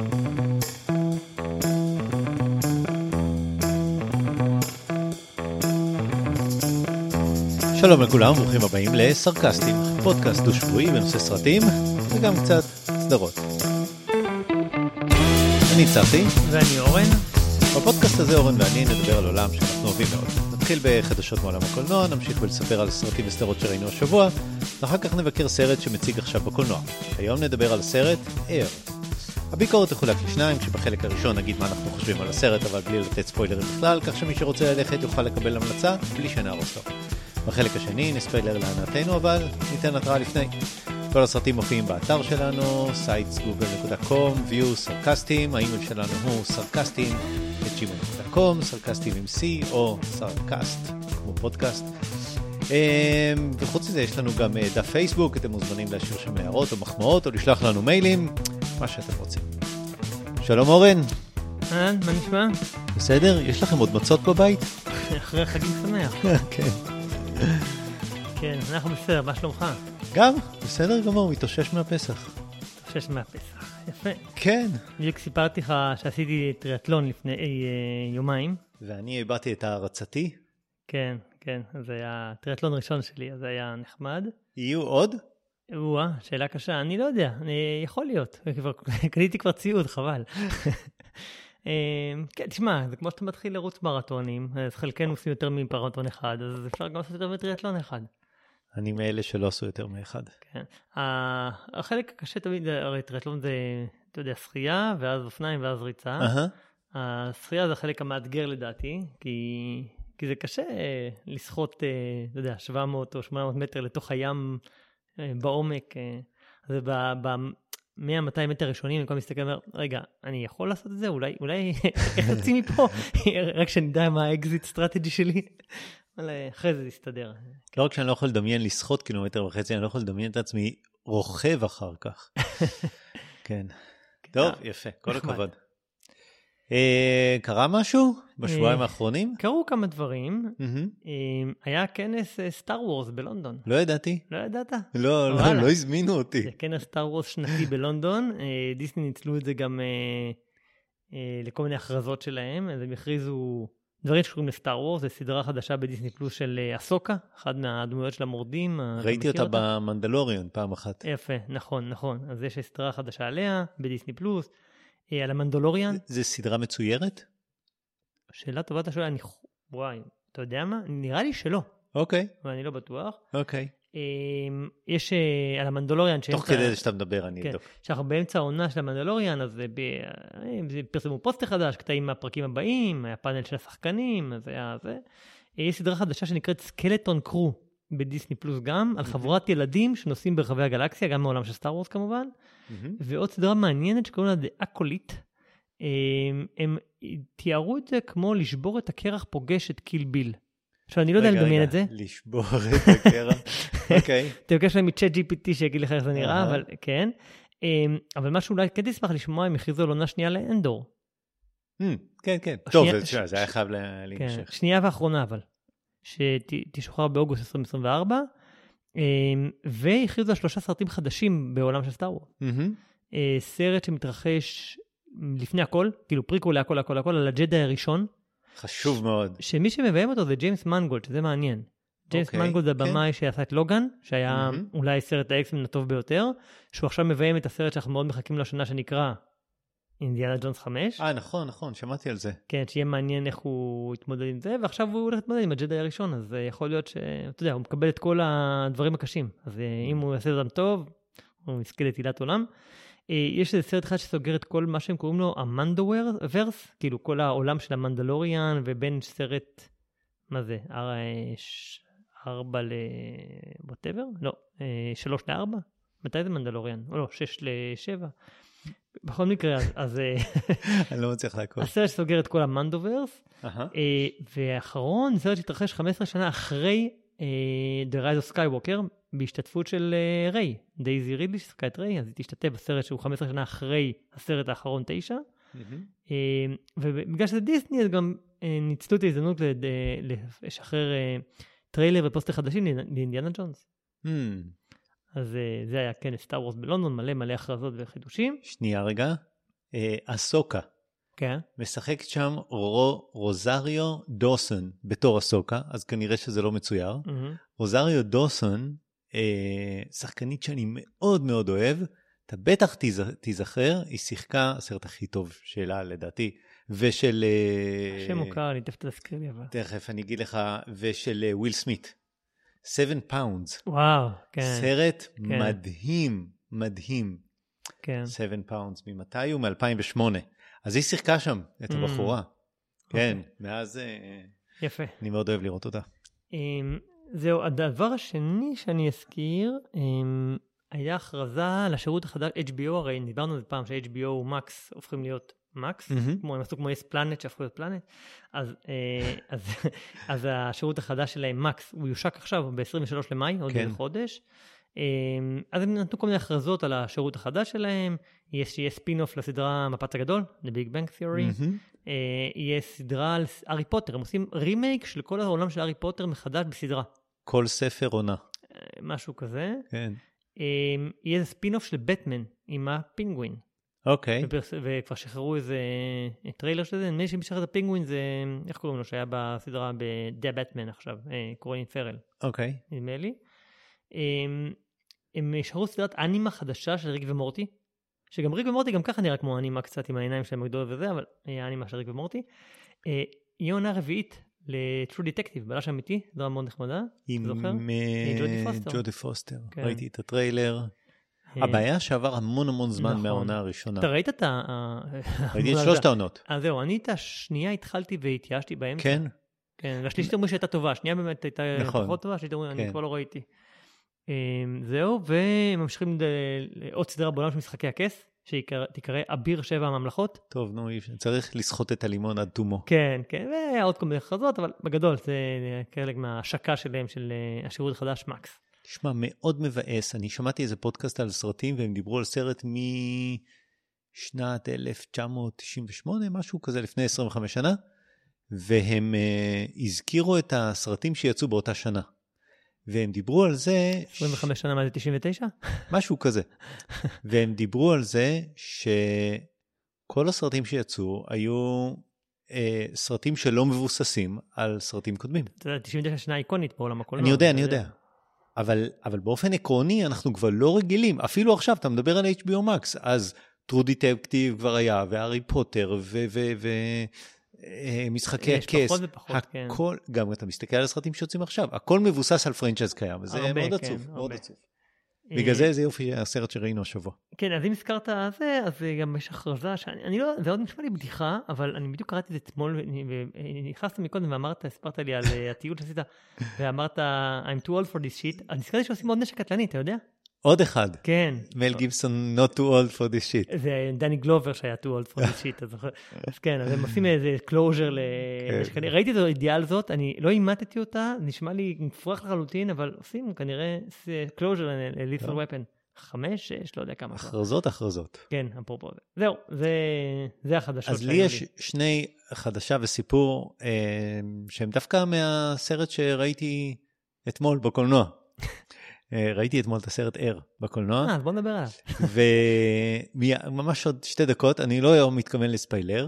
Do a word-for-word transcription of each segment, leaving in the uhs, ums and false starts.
שלום לכולם, ברוכים הבאים לסרקסטים, פודקאסט דו-שבועי בנושא סרטים וגם קצת סדרות. אני צחי. ואני אורן. בפודקאסט הזה אורן ואני נדבר על עולם שאנחנו אוהבים מאוד. נתחיל בחדשות מעולם הקולנוע, נמשיך ולספר על סרטים וסדרות שראינו השבוע, ואחר כך נבקר סרט שמציג עכשיו בקולנוע. היום נדבר על סרט אייר. הביקורת תחולק לשניים, כשבחלק הראשון נגיד מה אנחנו חושבים על הסרט, אבל בלי לתת ספוילרים בכלל, כך שמי שרוצה ללכת יוכל לקבל המלצה בלי שנהרוס לו. בחלק השני נספיילר להנאתנו, אבל ניתן התראה לפני. כל הסרטים מופיעים באתר שלנו, sites google dot com, view סרקסטים, האימייל שלנו הוא סרקסטים את ג'ימייל דוט קום, סרקסטים עם C או סרקסט, כמו פודקאסט. וחוץ מזה יש לנו גם דף פייסבוק, אתם מוזמנים להשאיר שם הערות או מחמאות, או לשלוח לנו מיילים, מה שאתם רוצים. שלום אורן. אהלן, מה נשמע? בסדר? יש לכם עוד מצות בבית? אחרי חגים שמח. כן. כן, אנחנו בסדר, מה שלומך? גם, בסדר גמור, מתאושש מהפסח. מתאושש מהפסח, יפה. כן. בדיוק סיפרתי לך שעשיתי טריאטלון לפני אי, אה, יומיים. ואני הבאתי את הערצתי. כן, כן, זה היה טריאטלון ראשון שלי, אז זה היה נחמד. יהיו עוד? וואה, שאלה קשה, אני לא יודע, אני, יכול להיות, קניתי כבר ציוד, חבל. כן, תשמע, זה כמו שאתה מתחיל לרוץ מרתונים, אז חלקנו עושים יותר מפרמטון אחד, אז אפשר גם לעשות יותר מטריאטלון אחד. אני מאלה שלא עשו יותר מאחד. כן. החלק הקשה תמיד, הרי טריאטלון זה, אתה יודע, שחייה, ואז אופניים, ואז ריצה. השחייה זה החלק המאתגר לדעתי, כי, כי זה קשה לשחות, אתה יודע, שבע מאות או שמונה מאות מטר לתוך הים בעומק. אז ב... מאה מאתיים מטר ראשונים, אני כל מסתכל ואומר, רגע, אני יכול לעשות את זה? אולי, אולי, איך יוצאים מפה? רק שנדע מה האקזיט סטרטג'י שלי. אבל אחרי זה יסתדר. לא רק שאני לא יכול לדמיין לשחות קילומטר וחצי, אני לא יכול לדמיין את עצמי רוכב אחר כך. כן. טוב, יפה, כל הכבוד. קרה משהו בשבועיים האחרונים? קרו כמה דברים. היה כנס סטאר וורס בלונדון. לא ידעתי. לא ידעת? לא, לא הזמינו אותי. זה כנס סטאר וורס שנתי בלונדון. דיסני ניצלו את זה גם לכל מיני הכרזות שלהם. אז הם הכריזו דברים שקוראים לסטאר וורס. זה סדרה חדשה בדיסני פלוס של אסוקה, אחד מהדמויות של המורדים. ראיתי אותה במנדלוריון פעם אחת. יפה, נכון, נכון. אז יש סדרה חדשה עליה בדיסני פלוס. על המנדלוריאן. זה סדרה מצוירת? שאלה טובה, אתה שואל, אני... וואי, אתה יודע מה? נראה לי שלא. אוקיי. אבל אני לא בטוח. אוקיי. יש על המנדלוריאן... תוך כדי שאתה מדבר, אני אבדוק. שאנחנו באמצע העונה של המנדלוריאן, אז פרסמו פוסטר חדש, קטעים מהפרקים הבאים, היה פאנל של השחקנים, אז היה זה. יש סדרה חדשה שנקראת סקלטון קרו, בדיסני פלוס גם, על חבורת ילדים שנוסעים ברחבי הגלקסיה, גם מעולם של סטאר וורס כמובן. ועוד סדרה מעניינת שקוראים לה The Acolyte. הם תיארו את זה כמו לשבור את הקרח פוגש את קיל ביל. עכשיו, אני לא יודע לדמיין את זה. לשבור את הקרח. אוקיי. תבקש להם מ-צ'אט ג'י פי טי שיגיד לך איך זה נראה, אבל כן. אבל משהו אולי כדי שמח לשמוע, הם הכריזו על עונה שנייה לאנדור. כן, כן. טוב, זה היה חייב להימשך. שנייה ואחרונה אבל. שתשוחרר באוגוסט עשרים עשרים וארבע. והכריזו על שלושה סרטים חדשים בעולם של סטאר וורס. סרט שמתרחש לפני הכל, כאילו פריקול להכל, הכל, הכל, על הג'די הראשון. חשוב מאוד. שמי שמביים אותו זה ג'יימס מנגולד, שזה מעניין. ג'יימס מנגולד זה הבמאי שעשה את לוגן, שהיה אולי סרט האקסמן הטוב ביותר, שהוא עכשיו מביים את הסרט שאנחנו מאוד מחכים לשנה שנקרא אינדיאנה ג'ונס חמש. אה, נכון, נכון, שמעתי על זה. כן, שיהיה מעניין איך הוא יתמודד עם זה, ועכשיו הוא הולך להתמודד עם הג'די הראשון, אז יכול להיות שאתה יודע, הוא מקבל את כל הדברים הקשים, אז אם הוא יעשה אותם טוב, הוא יזכה לתהילת עולם. יש איזה סרט אחד שסוגר את כל מה שהם קוראים לו המנדוורס, כאילו כל העולם של המנדלוריאן, ובין סרט, מה זה, ארבע לבוטבר? לא, שלוש לארבע? מתי זה מנדלוריאן? או לא, שש לשבע? בכל מקרה, אז... אני לא מצליח לעקוב. הסרט שסוגר את כל המנדוורס, ואחרון, סרט שהתרחש חמש עשרה שנה אחרי The Rise of Skywalker, בהשתתפות של ריי, דייזי רידלי ששחקה את ריי, אז היא תשתתף בסרט שהוא חמש עשרה שנה אחרי הסרט האחרון תשע, ובגלל שזה דיסני, אז גם ניצלו את ההזדמנות לשחרר טריילר ופוסטר חדשים לאינדיאנה ג'ונס. אז זה היה כנס סטאר וורס בלונדון, מלא מלא הכרזות וחידושים. שנייה רגע, אסוקה. כן. משחקת שם רו, רוזריו דוסון בתור אסוקה, אז כנראה שזה לא מצויר. Mm-hmm. רוזריו דוסון, אה, שחקנית שאני מאוד מאוד אוהב, אתה בטח תיזכר, היא שיחקה, הסרט הכי טוב שלה לדעתי, ושל... השם מוכר, אני תכף תזכיר לי אבל. תכף אני אגיד לך, ושל וויל סמית. Seven Pounds. וואו, כן. סרט כן. מדהים, מדהים. כן. Seven Pounds, ממתי הוא? מ-אלפיים ושמונה. אז היא שיחקה שם, את הבחורה. Mm. כן, okay. מאז... יפה. אני מאוד אוהב לראות אותה. Um, זהו, הדבר השני שאני אזכיר, um, היה הכרזה לשירות החדש, אייץ' בי או, הרי דיברנו על זה פעם, ש-אייץ' בי או ומקס הופכים להיות מקס, mm-hmm. כמו, הם עשו כמו יש פלנט שהפכו להיות פלנט, אז, uh, אז, אז השירות החדש שלהם, מקס, הוא יושק עכשיו ב-עשרים ושלושה למאי, עוד כן. חודש, אז הם נתנו כל מיני הכרזות על השירות החדש שלהם, יש שיהיה ספין-אוף לסדרה מפץ הגדול, The Big Bang Theory, mm-hmm. יש סדרה על הארי פוטר, הם עושים רימייק של כל העולם של הארי פוטר מחדש בסדרה. כל ספר עונה. משהו כזה. כן. יהיה ספין-אוף של בטמן עם הפינגווין. אוקיי. Okay. וכבר שחררו איזה טריילר של זה, נדמה לי שמשחרר את הפינגווין זה, איך קוראים לו, שהיה בסדרה ב-The Batman עכשיו, קוראים פרל. אוקיי. נדמה לי. הם שחררו סדרת אנימה חדשה של ריק ומורטי, שגם ריק ומורטי גם ככה נראה כמו אנימה קצת עם העיניים שלהם הגדולות וזה, אבל היה אנימה של ריק ומורטי. היא עונה רביעית ל-True Detective, בלש אמיתי, סדרה מאוד נחמדה, עם ג'ודי פוסטר. ג'ודי פוסטר, ראיתי את הטריילר. הבעיה שעבר המון המון זמן מהעונה הראשונה. אתה ראית את ה... ראיתי את שלושת העונות. אז זהו, אני את השנייה התחלתי והתייאשתי באמצע. כן? כן, והשלישית אמרו שהייתה טובה, השנייה באמת הייתה פחות טובה, השלישית אמרו, אני כבר לא ראיתי. זהו, וממשיכים לעוד סדרה בעולם של משחקי הכס, שתקרא אביר שבע הממלכות. טוב, נו, צריך לסחוט את הלימון עד תומו. כן, כן, והיה עוד כל מיני חזות, אבל בגדול זה חלק מההשקה שלהם, של השירות החדש מקס. תשמע, מאוד מבאס, אני שמעתי איזה פודקאסט על סרטים, והם דיברו על סרט משנת אלף תשע מאות תשעים ושמונה, משהו כזה לפני עשרים וחמש שנה, והם uh, הזכירו את הסרטים שיצאו באותה שנה. והם דיברו על זה... עשרים וחמש שנה מה זה תשעים ותשע? משהו כזה. והם דיברו על זה שכל הסרטים שיצאו היו אה, סרטים שלא מבוססים על סרטים קודמים. אתה יודע, תשעים ותשע שנה איקונית בעולם הקולנוע. אני יודע, אני יודע. אבל, אבל באופן עקרוני אנחנו כבר לא רגילים. אפילו עכשיו, אתה מדבר על אייץ' בי או Max, אז True Detective כבר היה, והארי פוטר, ו... ו, ו משחקי הכס, הכל, גם אתה מסתכל על הסרטים שיוצאים עכשיו, הכל מבוסס על פרנצ'ייז קיים, וזה מאוד עצוב, מאוד עצוב. בגלל זה זה יופי הסרט שראינו השבוע. כן, אז אם הזכרת זה, אז גם יש הכרזה, שאני לא, זה עוד נשמע לי בדיחה, אבל אני בדיוק קראתי את זה אתמול, ונכנסת מקודם ואמרת, הספרת לי על הטיול שעשית, ואמרת, I'm too old for this shit, אז נזכרתי שעושים עוד נשק קטלני, אתה יודע? עוד אחד. כן. מל גיבסון, not too old for this shit. זה דני גלובר שהיה too old for this shit. אז כן, אז הם עושים איזה closure ל... ראיתי את האידיאל הזאת, אני לא אימתתי אותה, נשמע לי מפרח לחלוטין, אבל עושים כנראה closure ל-lethal weapon. חמש, שש, לא יודע כמה. הכרזות, הכרזות. כן, אפרופו זה. זהו, זה החדשות. אז לי יש שני חדשה וסיפור, שהם דווקא מהסרט שראיתי אתמול בקולנוע. ראיתי אתמול את הסרט ער בקולנוע. אה, אז בוא נדבר עליו. וממש עוד שתי דקות, אני לא מתכוון לספיילר.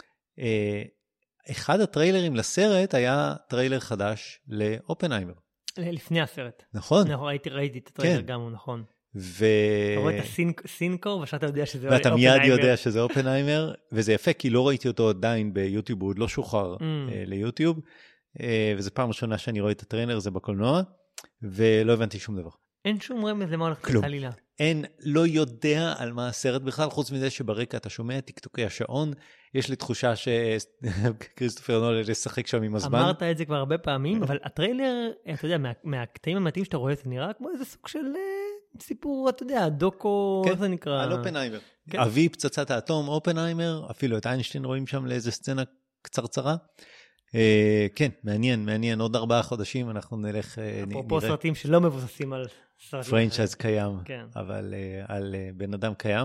אחד הטריילרים לסרט היה טריילר חדש לאופנהיימר. לפני הסרט. נכון. ראיתי את הטריילר גם, הוא נכון. ו... אתה רואה את הסינקור, ושאתה יודע שזה אופנהיימר. ואתה מיד יודע שזה אופנהיימר, וזה יפה, כי לא ראיתי אותו עדיין ביוטיוב, הוא עוד לא שוחרר ליוטיוב, וזו פעם ראשונה שאני רואה את הטריילר, זה בקולנוע. ולא הבנתי שום דבר. אין שום רמז למה הולך לחלילה. אין, לא יודע על מה הסרט בכלל, חוץ מזה שברקע אתה שומע טיקטוקי השעון, יש לי תחושה שכריסטופר נולן ישחק שם עם הזמן. אמרת את זה כבר הרבה פעמים, אבל הטריילר, אתה יודע, מהקטעים המתאים שאתה רואה, זה נראה כמו איזה סוג של סיפור, אתה יודע, דוקו, איך זה נקרא? על אופנהיימר. אבי פצצת האטום, אופנהיימר, אפילו את איינשטיין רואים שם לאיזה סצנה קצרצרה. כן, מעניין, מעניין, עוד ארבעה חודשים אנחנו נלך, נראה. אפרופו סרטים שלא מבוססים על סרטים. פרנצ'ייז קיים, אבל על בן אדם קיים.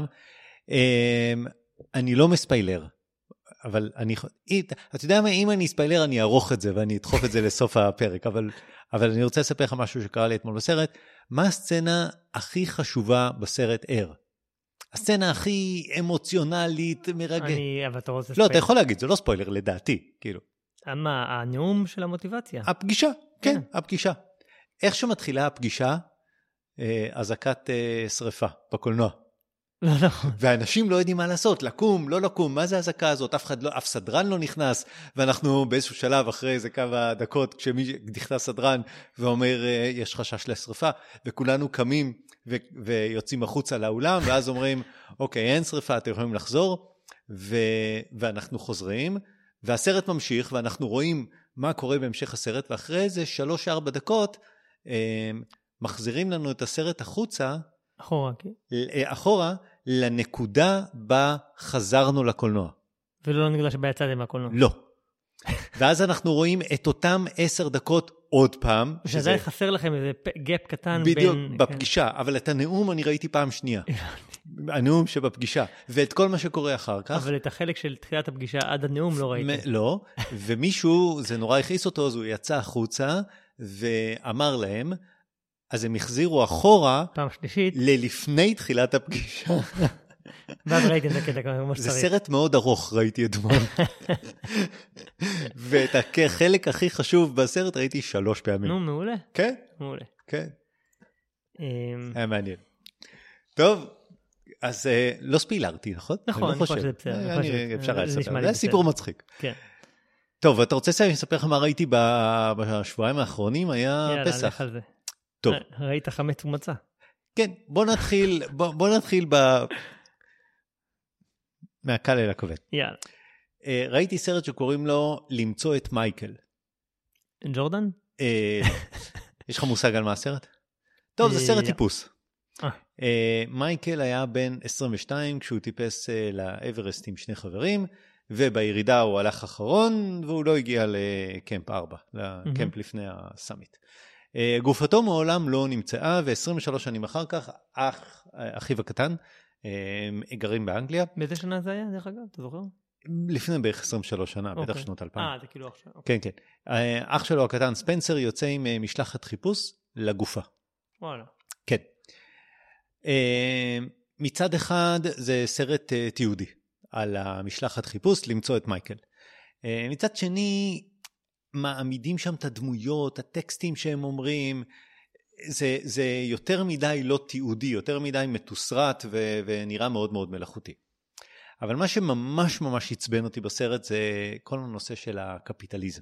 אני לא מספיילר, אבל אני, אתה יודע מה, אם אני אספיילר אני אערוך את זה, ואני אדחוף את זה לסוף הפרק, אבל, אבל אני רוצה לספר לך משהו שקרה לי אתמול בסרט. מה הסצנה הכי חשובה בסרט ער? הסצנה הכי אמוציונלית, מרגע... אני, אבל אתה רוצה... לא, אתה יכול להגיד, זה לא ספוילר, לדעתי, כאילו. מה, הנאום של המוטיבציה? הפגישה, כן, הפגישה. איך שמתחילה הפגישה, אזעקת שריפה בקולנוע. לא נכון. ואנשים לא יודעים מה לעשות, לקום, לא לקום, מה זה הזעקה הזאת? אף אחד לא, אף סדרן לא נכנס, ואנחנו באיזשהו שלב אחרי איזה כמה דקות, כשמי נכנס סדרן ואומר, יש חשש לשריפה, וכולנו קמים ו- ויוצאים החוצה לאולם, ואז אומרים, אוקיי, אין שריפה, אתם יכולים לחזור, ו- ואנחנו חוזרים, והסרט ממשיך, ואנחנו רואים מה קורה בהמשך הסרט, ואחרי איזה שלוש ארבע דקות, מחזירים לנו את הסרט החוצה, אחורה, כן. אחורה, לנקודה בה חזרנו לקולנוע. ולא לנקודה שבה יצאתם מהקולנוע. לא. ואז אנחנו רואים את אותם עשר דקות עוד פעם. שזה חסר לכם איזה גאפ קטן בדיוק, בין... בדיוק, בפגישה. אבל את הנאום אני ראיתי פעם שנייה. הנאום שבפגישה. ואת כל מה שקורה אחר כך. אבל את החלק של תחילת הפגישה עד הנאום לא ראיתי. לא, ומישהו, זה נורא הכעיס אותו, אז הוא יצא החוצה ואמר להם, אז הם החזירו אחורה, פעם שלישית, ללפני תחילת הפגישה. ואז ראיתי את זה כדי כמו שצריך. זה סרט מאוד ארוך, ראיתי אתמול. ואת החלק הכי חשוב בסרט ראיתי שלוש פעמים. נו, מעולה. כן? מעולה. כן. היה מעניין. טוב, אז לא ספילרתי, נכון? נכון, אני חושב שזה בסדר. אפשר לספר, זה סיפור מצחיק. כן. טוב, אתה רוצה לספר לך מה ראיתי בשבועיים האחרונים? היה פסח. יאללה, לך על זה. טוב. ראית חמץ ומצה. כן, בוא נתחיל, בוא, בוא נתחיל ב... מהקל אל הכבד. יאללה. ראיתי סרט שקוראים לו למצוא את מייקל. ג'ורדן? יש לך מושג על מה הסרט? טוב, זה סרט טיפוס. מייקל היה בן עשרים ושתיים כשהוא טיפס לאברסט עם שני חברים, ובירידה הוא הלך אחרון, והוא לא הגיע לקמפ ארבע, לקמפ לפני הסמיט. גופתו מעולם לא נמצאה, ו-עשרים ושלוש שנים אחר כך, אח, אחיו הקטן, גרים באנגליה. באיזה שנה זה היה, דרך אגב, אתה זוכר? לפני בערך עשרים ושלוש שנה, בטח שנות אלפיים. אה, זה כאילו אח שלו. כן, כן. אח שלו הקטן, ספנסר, יוצא עם משלחת חיפוש לגופה. וואלה. כן. מצד אחד, זה סרט תיעודי, על המשלחת חיפוש, למצוא את מייקל. מצד שני, מעמידים שם את הדמויות, הטקסטים שהם אומרים, זה, זה יותר מדי לא תיעודי, יותר מדי מתוסרט ו, ונראה מאוד מאוד מלאכותי. אבל מה שממש ממש עצבן אותי בסרט זה כל הנושא של הקפיטליזם.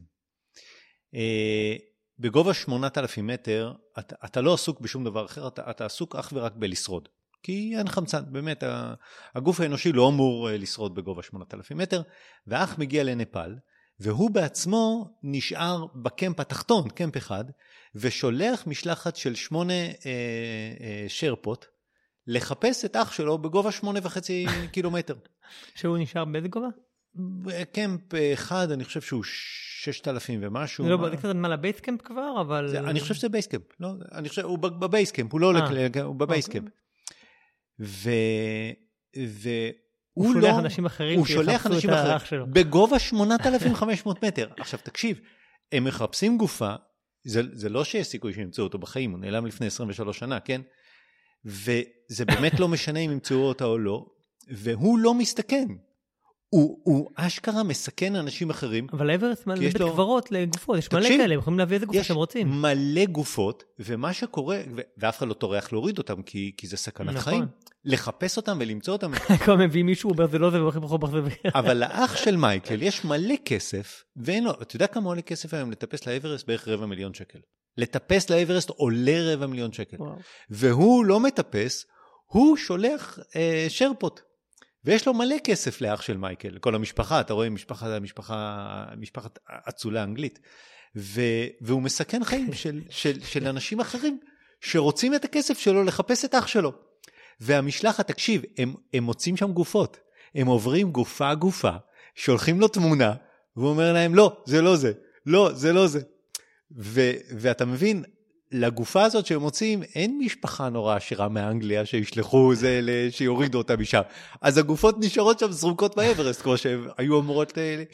בגובה שמונת אלפים מטר, אתה, אתה לא עסוק בשום דבר אחר, אתה, אתה עסוק אך ורק בלשרוד. כי אין חמצן, באמת, הגוף האנושי לא אמור לשרוד בגובה שמונת אלפים מטר, ואח מגיע לנפאל, והוא בעצמו נשאר בקמפ התחתון, קמפ אחד, ושולח משלחת של שמונה אה, אה, שרפות, לחפש את אח שלו בגובה שמונה וחצי קילומטר. שהוא נשאר באיזה גובה? קמפ אחד, אני חושב שהוא ששת אלפים ומשהו. לא, זה קצת מה לבייסקמפ כבר, אבל... זה, אני חושב שזה בייסקמפ, לא? אני חושב, הוא בבייסקמפ, הוא לא, לק... הוא בבייסקמפ. ו... ו... הוא שולח אנשים אחרים, הוא שולח אנשים אחרים, בגובה שמונת אלפים וחמש מאות מטר. עכשיו תקשיב, הם מחפשים גופה, זה, זה לא שיש סיכוי שימצאו אותו בחיים, הוא נעלם לפני עשרים ושלוש שנה, כן? וזה באמת לא משנה אם ימצאו אותה או לא, והוא לא מסתכן. הוא, הוא אשכרה מסכן אנשים אחרים. אבל האברסט מלא בית קברות לגופות, יש מלא כאלה, הם יכולים להביא איזה גופה שהם רוצים. יש מלא גופות, ומה שקורה, ואף אחד לא טורח להוריד אותם, כי, כי זה סכנת חיים. לחפש אותם ולמצוא אותם. כבר מביא מישהו, הוא אומר, זה לא זה, והולכים ברחוב ברחוב. אבל לאח של מייקל יש מלא כסף, ואין לו, אתה יודע כמה עולה כסף היום לטפס לאברסט? בערך רבע מיליון שקל. לטפס לאברסט עולה רבע מיליון שקל. והוא לא מטפס, הוא שולח אה, שרפות. ויש לו מלא כסף לאח של מייקל, כל המשפחה, אתה רואה משפחה, משפחה, משפחת אצולה אנגלית, ו, והוא מסכן חיים של, של, של אנשים אחרים, שרוצים את הכסף שלו לחפש את אח שלו. והמשלחת, תקשיב, הם, הם מוצאים שם גופות, הם עוברים גופה גופה, שולחים לו תמונה, והוא אומר להם, לא, זה לא זה, לא, זה לא זה. ו, ואתה מבין, לגופה הזאת שהם מוצאים, אין משפחה נורא עשירה מאנגליה שישלחו זה, שיורידו אותה משם. אז הגופות נשארות שם זרוקות באברסט, כמו שהן היו אמורות ל...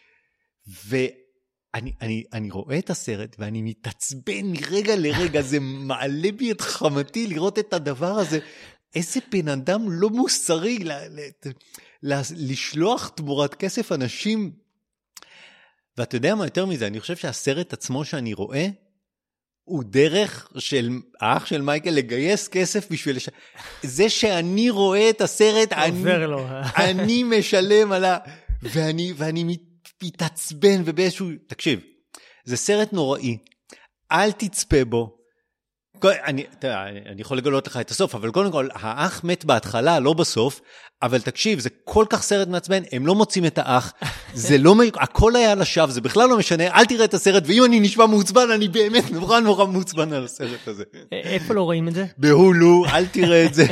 ואני אני, אני רואה את הסרט, ואני מתעצבן מרגע לרגע, זה מעלה בי את חמתי לראות את הדבר הזה. איזה בן אדם לא מוסרי ל, ל, ל, לשלוח תמורת כסף אנשים. ואתה יודע מה יותר מזה, אני חושב שהסרט עצמו שאני רואה, הוא דרך של האח של מייקל לגייס כסף בשביל... לש... זה שאני רואה את הסרט, אני, אני משלם על ה... ואני, ואני מתעצבן ובאיזשהו... תקשיב, זה סרט נוראי, אל תצפה בו. אני, אני יכול לגלות לך את הסוף, אבל קודם כל, האח מת בהתחלה, לא בסוף, אבל תקשיב, זה כל כך סרט מעצבן, הם לא מוצאים את האח, זה לא, הכל היה לשווא, זה בכלל לא משנה, אל תראה את הסרט, ואם אני נשמע מעוצבן, אני באמת נורא נורא מעוצבן על הסרט הזה. איפה לא רואים את זה? בהולו, אל תראה את זה.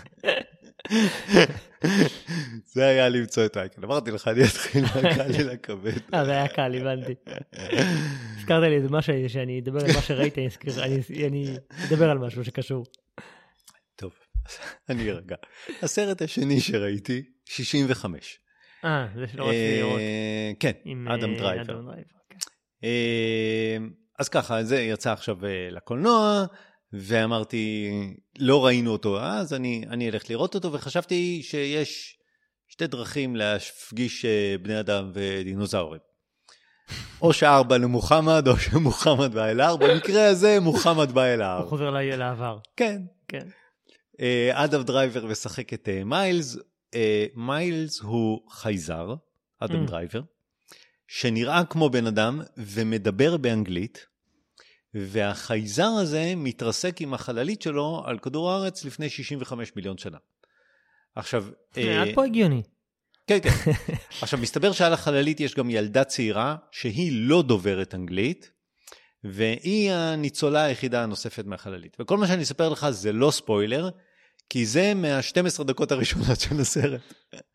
זה היה למצוא את מייקל. אמרתי לך, אני אתחיל מהקל לי לכבד. אה, זה היה קל, הבנתי. הזכרת לי את מה שאני אדבר על מה שראיתי, אני אדבר על משהו שקשור. טוב, אני ארגע. הסרט השני שראיתי, שישים וחמש. אה, זה שלא רציתי לראות. כן, אדם דרייבר. אז ככה, זה יצא עכשיו לקולנוע, ואמרתי, לא ראינו אותו, אז אני, אני אלך לראות אותו, וחשבתי שיש שתי דרכים להפגיש בני אדם ודינוזאורים. או שהאר בא למוחמד, או שמוחמד בא אל האר. במקרה הזה, מוחמד בא אל האר. הוא חוזר לעבר. כן. כן. אדם דרייבר משחק את מיילס. מיילס הוא חייזר, אדם דרייבר, שנראה כמו בן אדם ומדבר באנגלית, והחייזר הזה מתרסק עם החללית שלו על כדור הארץ לפני שישים וחמישה מיליון שנה. עכשיו... עד פה הגיוני. כן, כן. עכשיו, מסתבר שעל החללית יש גם ילדה צעירה, שהיא לא דוברת אנגלית, והיא הניצולה היחידה הנוספת מהחללית. וכל מה שאני אספר לך זה לא ספוילר, כי זה מה-שתים עשרה דקות הראשונות של הסרט.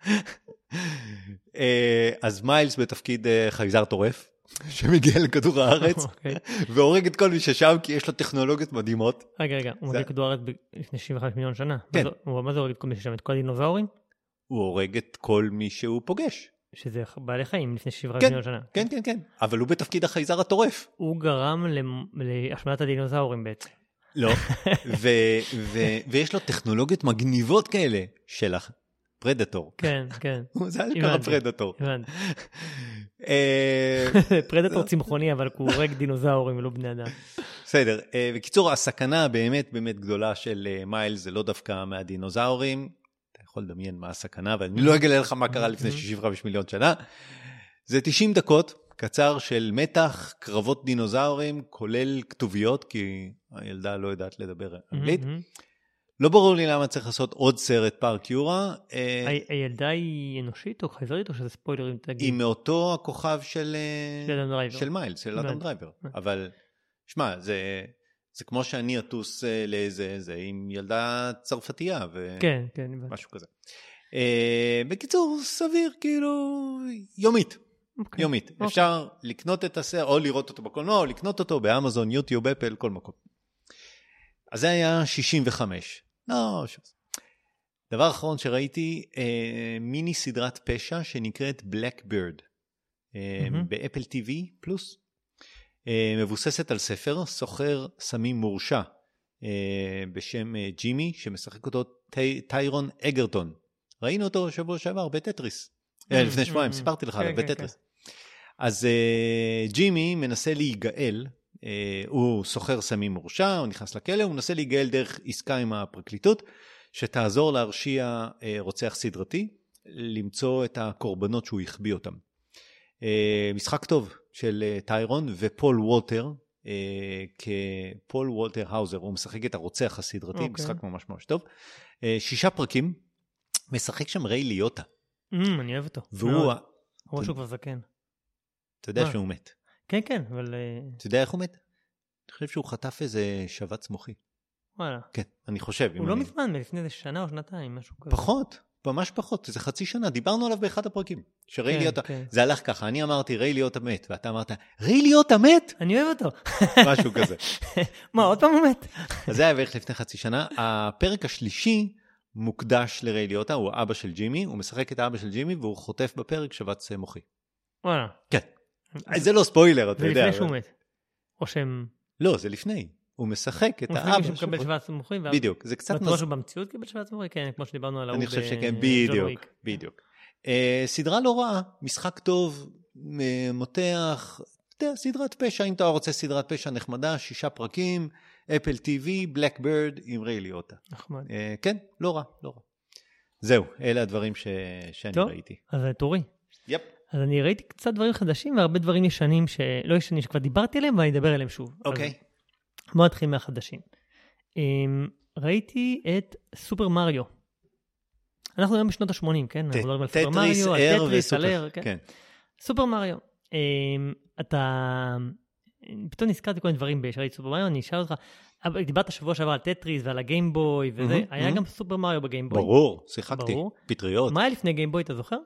אז מיילס בתפקיד חייזר טורף, שמגיע לכדור הארץ, והורג את כל מי ששם, כי יש לו טכנולוגיות מדהימות. רגע, רגע, הוא מגיע לכדור הארץ לפני שישים וחמישה מיליון שנה. כן. מה זה הורג את כל מי ששם? את כל הדינוזאורים? הוא הורג את כל מי שהוא פוגש. שזה בעלי חיים לפני שישים וחמישה מיליון שנה. כן, כן, כן. אבל הוא בתפקיד החייזר הטורף. הוא גרם להשמדת הדינוזאורים בעצם. לא, ויש לו טכנולוגיות מגניבות כאלה של הפרדטור. כן, כן. זה היה שקרה פרדטור. הבנתי. פרדטור צמחוני, אבל הוא הורג דינוזאורים ולא בני אדם. בסדר. בקיצור, הסכנה באמת באמת גדולה של מייל, זה לא דווקא מהדינוזאורים. אתה יכול לדמיין מה הסכנה, אבל אני לא אגלה לך מה קרה לפני שישים וחמישה מיליון שנה. זה תשעים דקות. קצר של מתח, קרבות דינוזאורים, כולל כתוביות, כי הילדה לא יודעת לדבר אנגלית. לא ברור לי למה צריך לעשות עוד סרט פארק יורה. הילדה היא אנושית או חייזרית, או שזה ספוילרים תגיד? היא מאותו הכוכב של מיילס, של אדם דרייבר. אבל, שמע, זה כמו שאני אטוס לאיזה, עם ילדה צרפתייה, ומשהו כזה. בקיצור, סביר, כאילו, יומית. Okay. יומית. Okay. אפשר לקנות את הסרט, או לראות אותו בקולנוע, או לקנות אותו באמזון, יוטיוב, אפל, כל מקום. אז זה היה שישים וחמש. לא, שוב. דבר אחרון שראיתי, אה, מיני סדרת פשע שנקראת Blackbird, אה, mm-hmm. באפל טי וי פלוס. אה, מבוססת על ספר, סוחר סמים מורשע, אה, בשם אה, ג'ימי, שמשחק אותו טי, טיירון אגרטון. ראינו אותו שבוע שעבר בטטריס. לפני שבועיים, סיפרתי לך עליו בטטריס. אז ג'ימי מנסה להיגאל, הוא סוחר סמים מורשע, הוא נכנס לכלא, הוא מנסה להיגאל דרך עסקה עם הפרקליטות, שתעזור להרשיע רוצח סדרתי, למצוא את הקורבנות שהוא יחביא אותם. משחק טוב של טיירון ופול וולטר, כפול וולטר האוזר, הוא משחק את הרוצח הסדרתי, משחק ממש ממש טוב. שישה פרקים, משחק שם ריי ליוטה. אני אוהב אותו. והוא... הוא שהוא כבר זקן. אתה יודע שהוא מת. כן, כן, אבל... אתה יודע איך הוא מת? אני חושב שהוא חטף איזה שבץ מוחי. וואלה. כן, אני חושב. הוא לא מזמן, לפני איזה שנה או שנתיים, משהו כזה. פחות, ממש פחות, זה חצי שנה, דיברנו עליו באחד הפרקים. שריי ליוטה, זה הלך ככה, אני אמרתי ריי ליוטה מת, ואתה אמרת, ריי ליוטה מת? אני אוהב אותו. משהו כזה. מה, עוד פעם הוא מת? אז זה היה בערך לפני חצי שנה. הפרק השלישי מוקדש לריי ליוטה, הוא האבא של ג'ימי, הוא משחק את האבא של ג'ימי, והוא חוטף בפרק שבץ מוחי. וואלה. כן. זה לא ספוילר, אתה יודע. זה לפני שהוא מת. או שהם... לא, זה לפני. הוא משחק את הוא האבא. משחק שמקבל שבץ מוחי. בדיוק, זה קצת... משהו במציאות קיבל שבץ מוחי? כן, כמו שדיברנו על ההוא אני חושב שכן, בדיוק, בדיוק. סדרה לא רעה, משחק טוב, מותח, סדרת פשע, אם אתה רוצה סדרת פשע נחמדה, שישה פרקים, אפל טי וי, בלק בירד עם ריי ליוטה. נחמד. כן, לא רע, לא רע. זהו, אלה הדברים ש... שאני טוב, ראיתי. אז תורי. יפ. אז אני ראיתי קצת דברים חדשים, והרבה דברים ישנים, שלא ישנים, שכבר דיברתי עליהם, ואני אדבר עליהם שוב. אוקיי. אז בוא נתחיל מהחדשים. ראיתי את סופר מריו. אנחנו היום בשנות ה-שמונים, כן? אנחנו מדברים על סופר מריו, על טטריס, על אר, כן? סופר מריו. אתה... פתאום נזכרתי כל מיני דברים שראיתי סופר מריו, אני אשאל אותך, דיברת שבוע שעבר על טטריס ועל הגיימבוי וזה, היה גם סופר מריו בגיימבוי. ברור, שיחקתי, פטריות. מה היה לפני גיימבוי, אתה זוכר?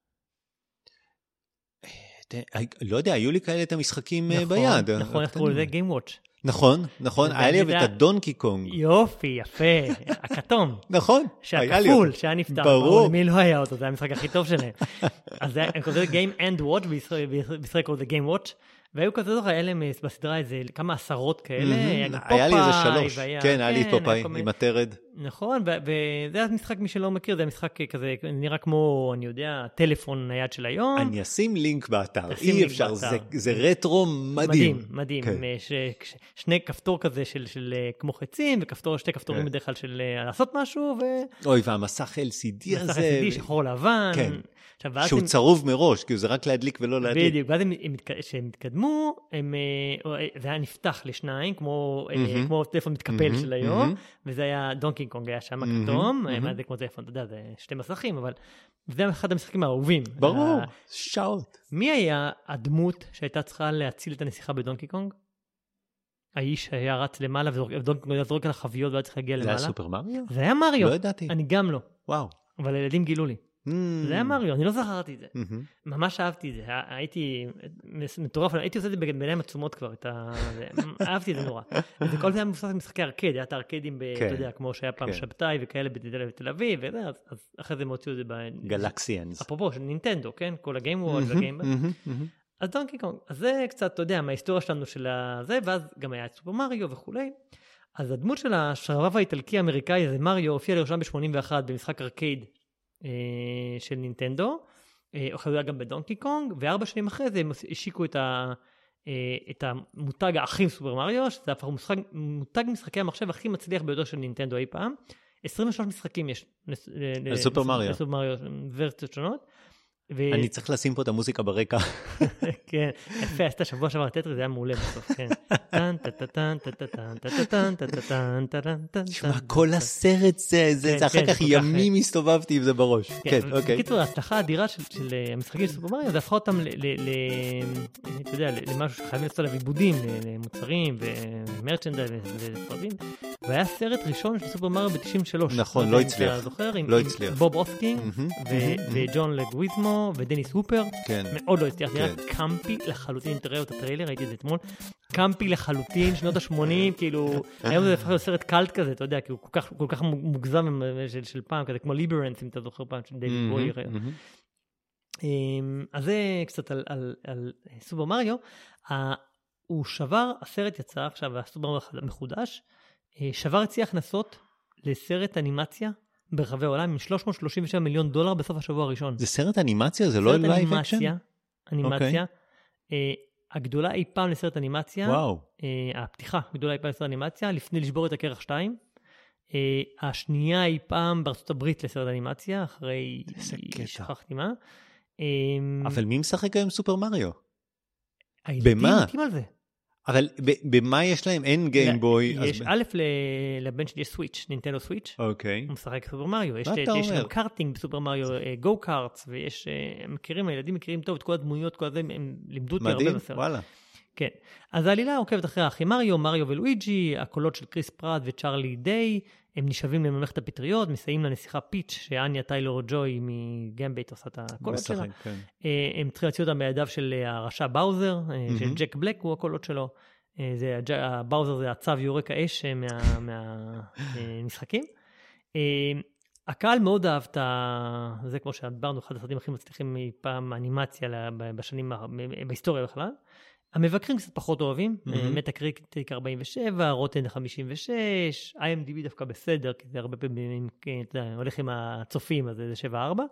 לא יודע, היו לי כאלה את המשחקים ביד. נכון, איך קראו לזה? Game Watch. נכון, נכון, היה לי את הדונקי קונג. יופי, יפה, הכתום. נכון, היה לי. שהכפול, שהיה נפתח. ברור. מי לא היה אותו, זה היה המשחק הכי טוב שלהם. אז הם קוראים לזה Game and Watch, בישראל קוראים לזה Game Watch, והיו כזה זוכר, היה להם בסדרה איזה כמה עשרות כאלה, היה גם פופאי. היה לי איזה שלוש, כן, היה לי פופאי עם הטרד. נכון, וזה היה משחק, מי שלא מכיר, זה היה משחק כזה, נראה כמו, אני יודע, טלפון נייד של היום. אני אשים לינק באתר, אי אפשר, זה רטרו מדהים. מדהים, מדהים, שני כפתור כזה של כמו חצים, וכפתור, שתי כפתורים בדרך כלל של לעשות משהו, ו... אוי, והמסך אל סי די הזה. מסך אל סי די, שחור לבן. כן. שהוא צרוב מראש, כי זה רק להדליק ולא להדליק. בדיוק, ואז כשהם התקדמו, זה היה נפתח לשניים, כמו טלפון מתקפל של היום, וזה היה דונקי קונג, היה שם הכתום, מה זה כמו טלפון, אתה יודע, זה שתי מסכים, אבל זה היה אחד המשחקים האהובים. ברור, שעות. מי היה הדמות שהייתה צריכה להציל את הנסיכה בדונקי קונג? האיש היה רץ למעלה, ודונקי קונג היה זורק על החביות, והיה צריך להגיע למעלה. זה היה סופר מריו? זה היה מריו. לא ידעתי. אני גם לא. וואו. אבל הילדים גילו לי. זה היה מריו, אני לא זכרתי את זה. ממש אהבתי את זה, הייתי מטורף, הייתי עושה את זה בעיניים עצומות כבר, אהבתי את זה נורא. זה כל זה היה מבוסס משחקי ארקד, היה את הארקדים, אתה יודע, כמו שהיה פעם שבתאי וכאלה בתל אביב, אז אחרי זה הם הוציאו את זה גלקסיאנס. אפרופו, של נינטנדו, כן? כל הגיימווד והגיימבד. אז דונקי קונג, אז זה קצת, אתה יודע, מההיסטוריה שלנו של זה, ואז גם היה את סופר מריו וכולי. אז הדמות של השרבב האיטלקי האמריקאי, זה מריו, הופיע לראשון ב-שמונים ואחת במשחק ארקייד של נינטנדו, הופיע גם בדונקי קונג, וארבע שנים אחרי זה הם השיקו את, ה, את המותג האחים סופר מריו, שזה הפך משחק, מותג משחקי המחשב הכי מצליח ביותר של נינטנדו אי פעם. עשרים ושלושה משחקים יש לסופר מריו. לסופר מריו, ורציות שונות. אני צריך לשים פה את המוזיקה ברקע. כן, יפה, עשתה שבוע שעבר טטריס, זה היה מעולה בסוף, כן. תשמע, כל הסרט זה, זה אחר כך ימים הסתובבתי עם זה בראש. כן, אוקיי. בקיצור, ההצלחה האדירה של המשחקים של סופר מריו, זה הפכה אותם אתה יודע, למשהו שחייבים לעשות עליו עיבודים, למוצרים ומרצ'נדייז וסרטים, והיה סרט ראשון של סופר מריו ב-תשעים ושלוש. נכון, לא הצליח. לא הצליח. עם בוב אוסקינג וג'ון לגוויזמו ודניס הופר, מאוד לא הצליח, זה היה קמפי לחלוטין, תראה את הטריילר, ראיתי את זה אתמול, קמפי לחלוטין, שנות ה-שמונים, כאילו, היום זה הפך להיות סרט קלט כזה, אתה יודע, כי הוא כל כך מוגזם של פעם, כזה כמו ליברנס, אם אתה זוכר פעם, של דיוויד בוי. אז זה קצת על סופר מריו, הוא שבר, הסרט יצא עכשיו, הסופר מריו מחודש, שבר הצליח הכנסות לסרט אנימציה, ברחבי העולם עם שלוש מאות שלושים ושבעה מיליון דולר בסוף השבוע הראשון. זה סרט אנימציה? זה לא לייב אקשן? סרט אנימציה. הגדולה אי פעם לסרט אנימציה. וואו. הפתיחה הגדולה אי פעם לסרט אנימציה, לפני לשבור את הקרח שתיים. השנייה אי פעם בארצות הברית לסרט אנימציה, אחרי... שכחתי מה. אבל מי משחק היום סופר מריו? הילדים מתים על זה. אבל במה יש להם? אין גיימבוי? יש א' לבן שלי יש סוויץ', נינטנדו סוויץ'. אוקיי. הוא משחק סופר מריו. יש גם קארטינג בסופר מריו, גו קארטס, ויש, מכירים, הילדים מכירים טוב את כל הדמויות, כל הזה, הם לימדו אותי הרבה בסרט. מדהים, וואלה. כן. אז העלילה עוקבת אחרי האחים מריו, מריו ולואיג'י, הקולות של קריס פראט וצ'ארלי דיי, הם נשאבים לממלכת הפטריות, מסייעים לנסיכה פיץ', שאניה טיילור ג'וי מגיימבייט עושה את הקולות שלה. הם צריכים להציע אותם בידיו של הרשע באוזר, של ג'ק בלק הוא הקולות שלו. הבאוזר זה הצו יורק האש מהמשחקים. הקהל מאוד אהב את זה, כמו שדיברנו, אחד הסרטים הכי מצליחים מפעם אנימציה בשנים, בהיסטוריה בכלל. המבקרים קצת פחות אוהבים, מטה-קריטיק ארבעים ושבע, רוטן חמישים ושש, איי אם די בי דווקא בסדר, כי זה הרבה פעמים הולך עם הצופים, אז זה שבע ארבע.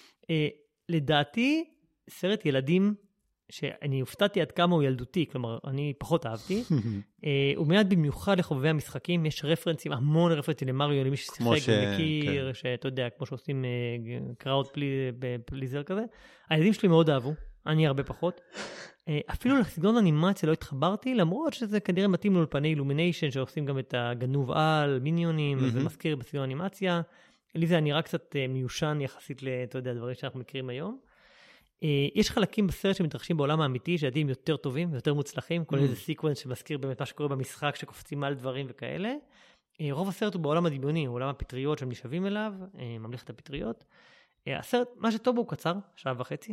לדעתי, סרט ילדים, שאני הופתעתי עד כמה הוא ילדותי, כלומר, אני פחות אהבתי, הוא מיד במיוחד לחובבי המשחקים, יש רפרנסים, המון רפרנסים למריו, למי ששיחק ומכיר, שאתה יודע, כמו שעושים קראוד פליזר כזה, הילדים שלי מאוד אהבו, אני הרבה פחות, אפילו לסגנון אנימציה לא התחברתי, למרות שזה כנראה מתאים לאולפני אילומיניישן, שעושים גם את הגנוב על, מיניונים, אז זה מזכיר בסגנון אנימציה, לי זה נראה קצת מיושן יחסית לדברים שאנחנו מכירים היום. יש חלקים בסרט שמתרחשים בעולם האמיתי, שהילדים יותר טובים ויותר מוצלחים, כל איזה סיקוונס שמזכיר באמת מה שקורה במשחק, שקופצים על דברים וכאלה. רוב הסרט הוא בעולם הדמיוני, הוא עולם הפטריות שהם נשאבים אליו, ממלכת הפטריות. הסרט, מה שטוב בו הוא קצר, שעה וחצי.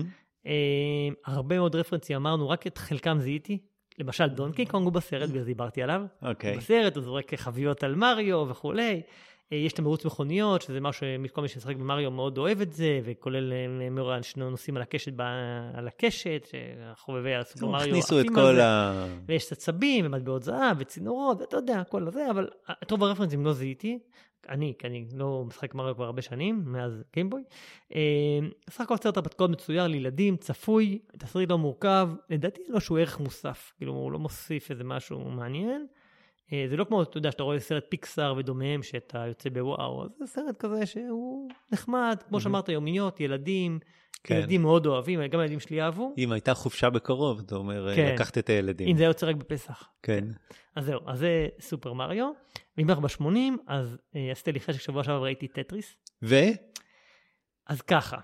הרבה מאוד רפרנסים אמרנו, רק את חלקם זיהיתי. למשל, דונקי קונג הוא בסרט, בגלל זה דיברתי עליו. בסרט הוא זורק חביות על מריו וכולי. יש את המרוץ מכוניות, שזה משהו שכל מי שמשחק במריו מאוד אוהב את זה, וכולל מורה שני נוסעים על הקשת, על הקשת, חובבי הסופר מריו. הכניסו את כל ה... ויש את הצבים, ומטבעות זהב, וצינורות, ואתה יודע, כל הזה, אבל את רוב הרפרנסים לא זיהיתי. אני, כי אני לא משחק מריו כבר הרבה שנים, מאז גיימבוי. סך הכל סרט הרפתקאות מצויר לילדים, צפוי, תסריט לא מורכב, לדעתי לא שהוא ערך מוסף, כאילו הוא לא מוסיף איזה משהו מעניין. זה לא כמו, אתה יודע, שאתה רואה סרט פיקסאר ודומיהם, שאתה יוצא בוואו, אז זה סרט כזה שהוא נחמד, כמו שאמרת, יומיות, ילדים, ילדים מאוד אוהבים, גם הילדים שלי אהבו. אם הייתה חופשה בקרוב, אתה אומר, לקחת את הילדים. אם זה היה יוצא רק בפסח. כן. אז זהו, אז זה סופר מריו. ואם אנחנו ב-שמונים, אז עשיתי לי חשק שבוע שעבר ראיתי טטריס. ו? אז ככה,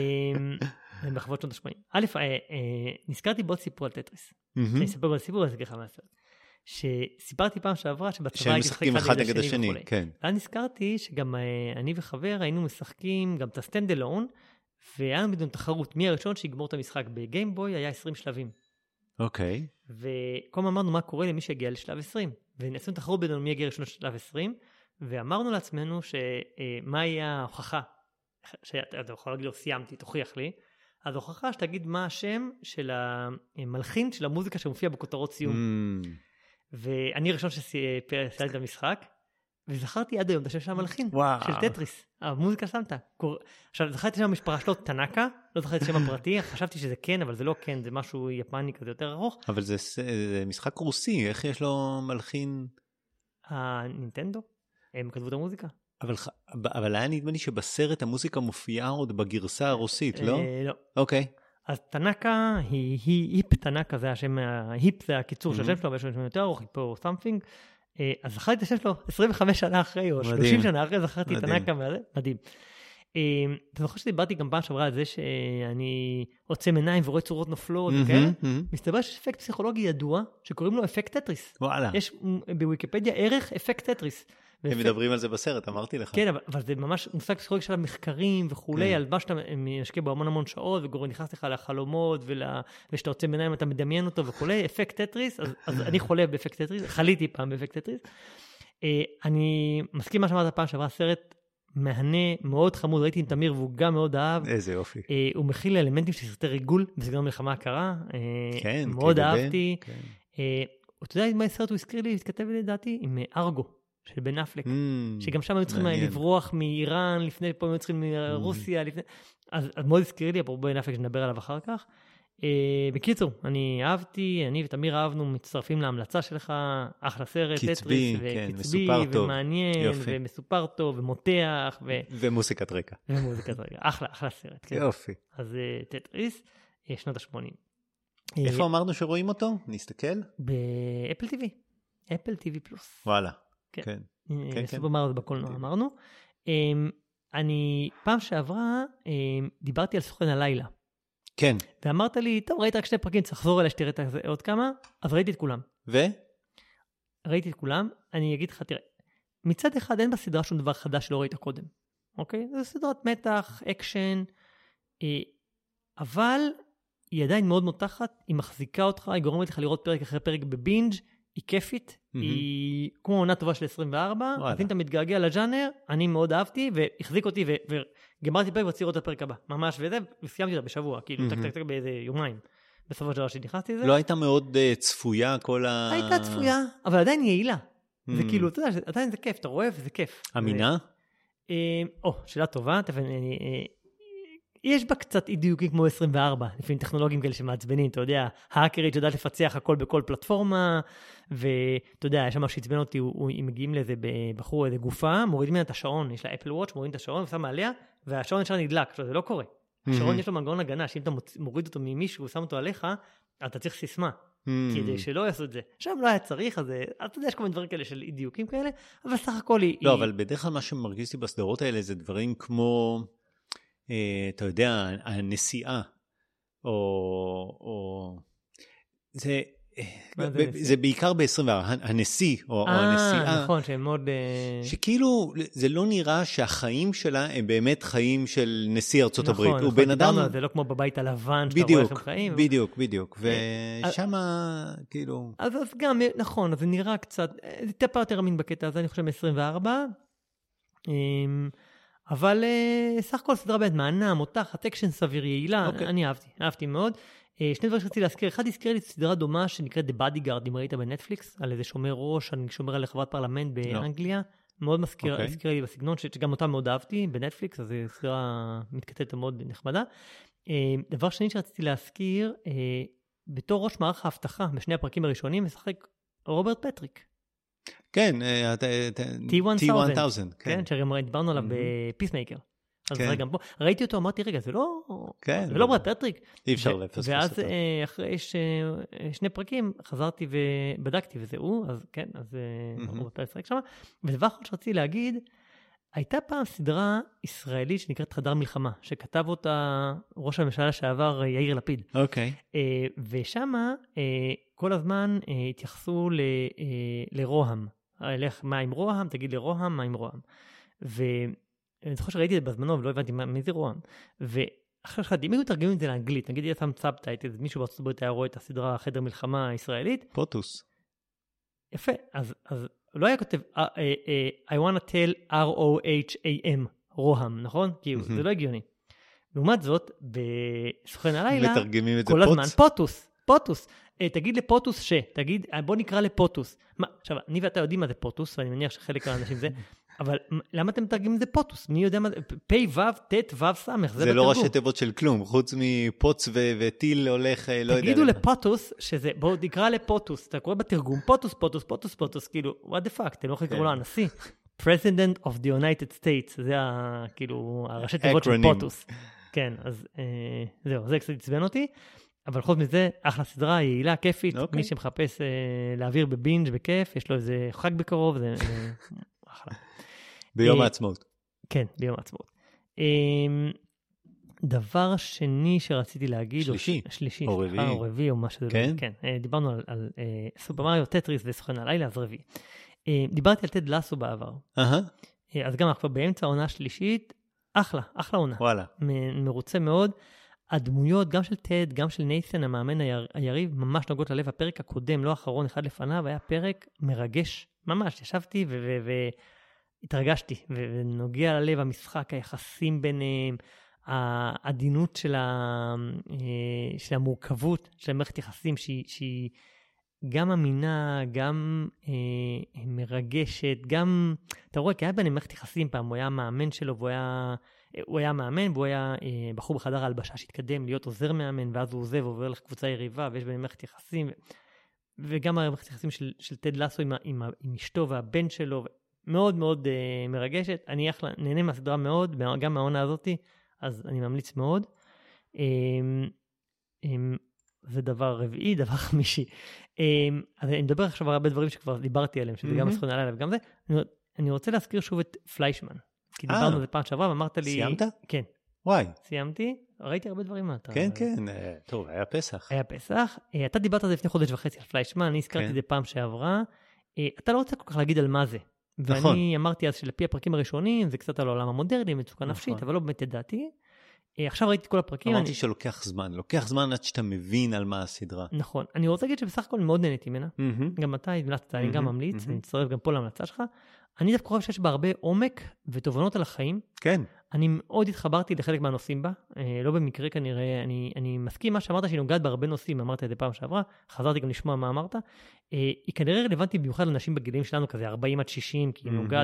במחוות שנות ה-שמונים. א', נזכרתי בעוד סיפור על טטריס. אני אספר בעוד סיפור, אז ככה מהסרט. שסיפרתי פעם שעברה שבצבא הייתי משחקים אחד נגד השני, כן. ואז נזכרתי שגם אני וחבר היינו משחקים גם את הסטנד אלון, והיה לנו בדיון תחרות מי הראשון שיגמור את המשחק בגיימבוי, היה עשרים שלבים. אוקיי. וכל אמרנו מה קורה למי שהגיע לשלב עשרים, ונעשינו תחרות בינינו מי הגיע ראשון לשלב עשרים, ואמרנו לעצמנו שמה היה ההוכחה, שאתה יכול להגיד לו סיימתי, תוכיח לי, אז ההוכחה שתגיד מה השם של המלחין של המוזיקה שמופיע בכותרות סיום. ואני ראשון שסיימתי את המשחק, וזכרתי עד היום את השם של המלחין, של טטריס, המוזיקה שמת. עכשיו, זכרתי שם המשפחה שלו, טנאקה, לא זכרתי את השם הפרטי, חשבתי שזה כן, אבל זה לא כן, זה משהו יפני כזה יותר ארוך. אבל זה משחק רוסי, איך יש לו מלחין? הנינטנדו, הם כתבו את המוזיקה. אבל, אבל היה נדמה לי שבסרט המוזיקה מופיעה עוד בגרסה הרוסית, לא? לא. אוקיי. אז טנאקה היא, היא היפ טנאקה, זה השם, היפ זה הקיצור של השם שלו, ויש לו שם יותר ארוך, היפו או סמפינג. אז זכרתי את השם שלו עשרים וחמש שנה אחרי, או שלושים שנה אחרי, זכרתי את טנאקה מהזה, מדהים. אתה זוכר שדיברתי גם פעם שעברה על זה שאני עוצם עיניים ורואה צורות נופלות וכאלה? מסתבר שיש אפקט פסיכולוגי ידוע, שקוראים לו אפקט טטריס. וואלה. יש בוויקיפדיה ערך אפקט טטריס. הם מדברים על זה בסרט, אמרתי לך. כן, אבל זה ממש מושג פסיכולוגי של המחקרים וכולי, על מה שאתה משקיע בו המון המון שעות, ונכנס לך לחלומות, ושאתה עוצם עיניים, אתה מדמיין אותו וכולי, אפקט טטריס, אז אני חולה באפקט טטריס, חליתי פעם באפקט טטריס. אני מסכים מה שאמרת פעם שעברה, סרט מהנה, מאוד חמוד, ראיתי עם תמיר, והוא גם מאוד אהב. איזה יופי. הוא מכיל אלמנטים של סרטי ריגול, בסגנון מלחמה הקרה. מאוד אהבתי. אתה יודע מה הסרט הוא הזכיר לי, התכתב לי לדעתי, עם ארגו. של בן אפלק, mm, שגם שם היו צריכים לברוח מאיראן, לפני פה היו צריכים מרוסיה, mm. לפני... אז, אז מאוד הזכיר לי, אפרופו בן אפלק שנדבר עליו אחר כך. Uh, בקיצור, אני אהבתי, אני ותמיר אהבנו, מצטרפים להמלצה שלך, אחלה סרט, קצבי, כן, מסופר טוב. ומעניין, יופי. ומסופר טוב, ומותח, ו... ומוסיקת רקע. ומוסיקת רקע, אחלה, אחלה סרט. כן. יופי. אז uh, טטריס, שנות ה-שמונים. איפה אמרנו שרואים אותו? נסתכל? באפל טיווי, אפל טיווי פלוס. וואלה. כן, כן, כן, סופר מריו בקולנוע אמרנו. אני פעם שעברה דיברתי על סוכן הלילה. כן. ואמרת לי, טוב, ראית רק שני פרקים, צריך לחזור אליי שתראה עוד כמה, אז ראיתי את כולם. ו? ראיתי את כולם, אני אגיד לך, תראה, מצד אחד אין בסדרה שום דבר חדש שלא ראית קודם, אוקיי? זו סדרת מתח, אקשן, אבל היא עדיין מאוד מותחת, היא מחזיקה אותך, היא גורמת לך לראות פרק אחרי פרק בבינג', היא כיפית, mm-hmm. היא כמו עונה טובה של עשרים וארבע, אז אם אתה מתגעגע לג'אנר, אני מאוד אהבתי, והחזיק אותי, ו- וגמרתי פרק וציר אותה פרק הבא, ממש, וזה, וסיימתי אותה בשבוע, כאילו, mm-hmm. טק טק טק באיזה יומיים, בסופו של דבר שנכנסתי לזה. לא הייתה מאוד uh, צפויה כל ה... הייתה צפויה, אבל עדיין יעילה. Mm. זה כאילו, אתה יודע, עדיין זה כיף, אתה רואה וזה כיף. אמינה? ו... או, שאלה טובה, תפן, יש בה קצת אי דיוקים כמו עשרים וארבע, לפעמים טכנולוגים כאלה שמעצבנים, אתה יודע, האקרית שיודעת לפצח הכל בכל פלטפורמה, ואתה יודע, יש שם משהו שעצבן אותי, אם מגיעים לזה בחור, איזה גופה, מורידים ממנה את השעון, יש לה אפל וואץ', מורידים את השעון ושם עליה, והשעון נשאר נדלק, זה לא קורה. השעון יש לו מנגנון הגנה, שאם אתה מוריד אותו ממישהו ושם אותו עליך, אתה צריך סיסמה, כדי שלא יעשו את זה. שם לא היה צריך, אז אתה יודע, יש כל מיני דברים כאלה של אי דיוקים כאלה, אבל סך הכל היא... לא, אבל בדרך כלל מה שמרגיש לי בסדרות האלה, זה דברים כמו... אתה יודע, הנסיעה, או, או, זה, זה בעיקר ב-עשרים וארבע, הנשיא, או הנסיעה. אה, נכון, שהם מאוד... שכאילו, זה לא נראה שהחיים שלה הם באמת חיים של נשיא ארצות הברית. נכון, נכון, דיברנו, זה לא כמו בבית הלבן, שאתה רואה שם חיים. בדיוק, בדיוק, ושם, כאילו... אז גם, נכון, זה נראה קצת, זה טיפה יותר אמין בקטע הזה, אני חושב, עשרים וארבע, אבל uh, סך הכל סדרה באמת מענה, מותחת, אקשן סביר, יעילה, okay. אני אהבתי, אהבתי מאוד. Uh, שני דברים שרציתי להזכיר, אחד הזכיר לי סדרה דומה שנקראת The Bodyguard, אם ראית בנטפליקס, על איזה שומר ראש, אני שומר על חברת פרלמנט באנגליה, no. מאוד מזכיר, okay. הזכיר לי בסגנון, שגם אותה מאוד אהבתי בנטפליקס, אז זו סדרה מתכתבת מאוד נחמדה. Uh, דבר שני שרציתי להזכיר, uh, בתור ראש מערך ההבטחה, בשני הפרקים הראשונים, משחק רוברט פטריק. כן, טי אחת אלף, כן, שגם דיברנו עליו בפיסמייקר. אז גם פה, ראיתי אותו, אמרתי, רגע, זה לא... זה לא ברד פטריק. אי אפשר לפספס אותו. ואז אחרי שני פרקים, חזרתי ובדקתי, וזה הוא, אז כן, אז רוברט פטריק שם. ודבר אחרון שרציתי להגיד, הייתה פעם סדרה ישראלית שנקראת חדר מלחמה, שכתב אותה ראש הממשלה שעבר יאיר לפיד. אוקיי. ושמה כל הזמן התייחסו לרוהם. אלך מה עם רוהם, תגיד לרוהם, מה עם רוהם. ואני זוכר שראיתי את זה בזמנו, ולא הבנתי מי זה רוהם. ועכשיו שחדתי, אם היו תרגמים את זה לאנגלית, נגיד יהיה שם סאבטייטל, מישהו בארצות הברית היה רואה את הסדרה חדר מלחמה הישראלית. פוטוס. יפה, אז לא היה כותב, I want to tell R O H A M, רוהם, נכון? כי זה לא הגיוני. לעומת זאת, בסוכן הלילה, כל הזמן פוטוס, פוטוס. תגיד לפוטוס ש, תגיד, בוא נקרא לפוטוס. מה, עכשיו, אני ואתה יודעים מה זה פוטוס, ואני מניח שחלק מהאנשים זה, אבל למה אתם מתרגמים את זה פוטוס? מי יודע מה זה? פי וו, תת וו סמך, זה לא ראשי תיבות של כלום, חוץ מפוץ וטיל הולך, לא יודע. תגידו לפוטוס, שזה, בואו נקרא לפוטוס, אתה קורא בתרגום, פוטוס, פוטוס, פוטוס, פוטוס, כאילו, what the fuck, אתם לא יכולים לקרוא לו הנשיא. President of the United States, זה כאילו, הראשי תיבות של פוטוס. כן, אז זהו, זה קצת עצבן אותי. אבל חוץ מזה, אחלה סדרה, יעילה, כיפית, okay. מי שמחפש אה, להעביר בבינג' בכיף, יש לו איזה חג בקרוב, זה, זה אחלה. ביום העצמאות. כן, ביום העצמאות. אה, דבר שני שרציתי להגיד, שלישי, או, שלישי או רביעי. או רביעי, או מה שזה כן? לא, כן. אה, דיברנו על, על אה, סופר מריו, טטריס וסוכן הלילה, אז רביעי. אה, דיברתי על טד לסו בעבר. Uh-huh. אה, אז גם אנחנו באמצע העונה השלישית, אחלה, אחלה עונה. וואלה. מ- מרוצה מאוד. הדמויות, גם של טד, גם של ניית'ן, המאמן היריב, ממש נוגעות ללב. הפרק הקודם, לא האחרון, אחד לפניו, היה פרק מרגש. ממש, ישבתי והתרגשתי, ונוגע ללב המשחק, היחסים ביניהם, העדינות של, ה... של המורכבות, של המערכת יחסים, שהיא, שהיא גם אמינה, גם אה, מרגשת, גם, אתה רואה, כי היה ביניהם מערכת יחסים פעם, הוא היה המאמן שלו, והוא היה... הוא היה מאמן, והוא היה אה, בחור בחדר ההלבשה שהתקדם להיות עוזר מאמן, ואז הוא עוזב ועובר לקבוצה יריבה, ויש ביניהם מערכת יחסים, ו... וגם מערכת יחסים של, של טד לסו עם, עם, עם אשתו והבן שלו, מאוד מאוד אה, מרגשת. אני אחלה, נהנה מהסדרה מאוד, גם מהעונה הזאת, אז אני ממליץ מאוד. אה, אה, זה דבר רביעי, דבר חמישי. אה, אז אני מדבר עכשיו על הרבה דברים שכבר דיברתי עליהם, שזה mm-hmm. גם הסוכן הלילה וגם זה. אני, אני רוצה להזכיר שוב את פליישמן. כי דיברנו על זה פעם שעברה, ואמרת לי... סיימת? כן. וואי. סיימתי, ראיתי הרבה דברים מהאתר. כן, כן, טוב, היה פסח. היה פסח. אתה דיברת על זה לפני חודש וחצי על פליישמן, אני הזכרתי את זה פעם שעברה. אתה לא רוצה כל כך להגיד על מה זה. נכון. ואני אמרתי אז שלפי הפרקים הראשונים, זה קצת על העולם המודרני, מצוקה נפשית, אבל לא באמת ידעתי. עכשיו ראיתי את כל הפרקים. אמרתי שלוקח זמן, לוקח זמן עד שאתה מבין על מה הסדרה. נכון. אני רוצה להגיד שבסך הכל מאוד נהניתי ממנה. גם אתה המלצת, אני גם ממליץ, אני אצטרף גם פה להמלצה שלך. אני דווקא חושב שיש בה הרבה עומק ותובנות על החיים. כן. אני מאוד התחברתי לחלק מהנושאים בה, לא במקרה כנראה, אני, אני מסכים מה שאמרת שהיא נוגעת בהרבה נושאים, אמרת את זה פעם שעברה, חזרתי גם לשמוע מה אמרת, היא כנראה רלוונטית במיוחד לאנשים בגילים שלנו, כזה ארבעים עד שישים, כי היא נוגעת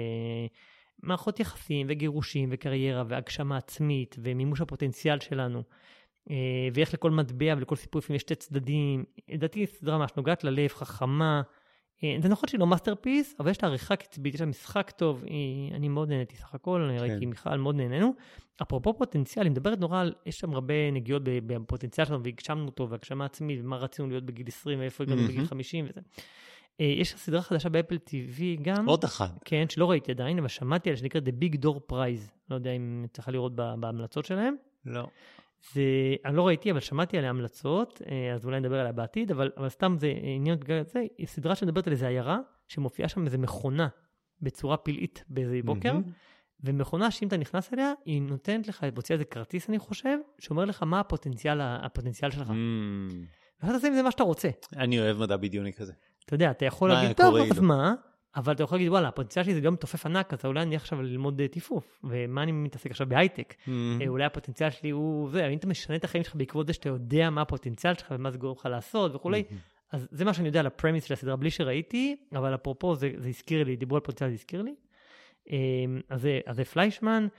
במערכות יחסים וגירושים וקריירה והגשמה עצמית ומימוש הפוטנציאל שלנו, ואיך לכל מטבע ולכל סיפור יש שתי צדדים, לדעתי סדרה ממש נוגעת ללב, חכמה, זה נכון שהיא לא מאסטרפיס, אבל יש לה עריכה קצבית, יש לה משחק טוב, היא, אני מאוד נהניתי סך הכל, כן. ראיתי מיכל, מאוד נהנינו. אפרופו פוטנציאל, היא מדברת נורא על, יש שם הרבה נגיעות בפוטנציאל שלנו, והגשמנו אותו, והגשמה עצמית, ומה רצינו להיות בגיל עשרים, ואיפה הגענו mm-hmm. בגיל חמישים וזה. יש סדרה חדשה באפל טי וי גם. עוד אחד. כן, שלא ראיתי עדיין, אבל שמעתי על שנקרא The Big Door Prize, לא יודע אם צריכה לראות בהמלצות שלהם. לא. זה, אני לא ראיתי, אבל שמעתי עליה המלצות, אז אולי נדבר עליה בעתיד, אבל, אבל סתם זה עניין זה, היא סדרה שמדברת על איזה עיירה, שמופיעה שם איזה מכונה, בצורה פלאית באיזה בוקר, mm-hmm. ומכונה שאם אתה נכנס אליה, היא נותנת לך, מוציאה איזה כרטיס אני חושב, שאומר לך מה הפוטנציאל, הפוטנציאל שלך. Mm-hmm. ואתה תעשה עם זה מה שאתה רוצה. אני אוהב מדע בדיוני כזה. אתה יודע, אתה יכול להגיד, טוב, אז מה? אבל אתה יכול להגיד, וואלה, הפוטנציאל שלי זה גם תופף ענק, אז אולי אני עכשיו ללמוד טיפוף, ומה אני מתעסק עכשיו בהייטק? Mm-hmm. אולי הפוטנציאל שלי הוא זה, אם אתה משנה את החיים שלך בעקבות זה שאתה יודע מה הפוטנציאל שלך ומה זה גורם לך לעשות וכולי, mm-hmm. אז זה מה שאני יודע על הפרמיס של הסדרה, בלי שראיתי, אבל אפרופו זה, זה הזכיר לי, דיברו על פוטנציאל, זה הזכיר לי. אז זה, אז זה פליישמן.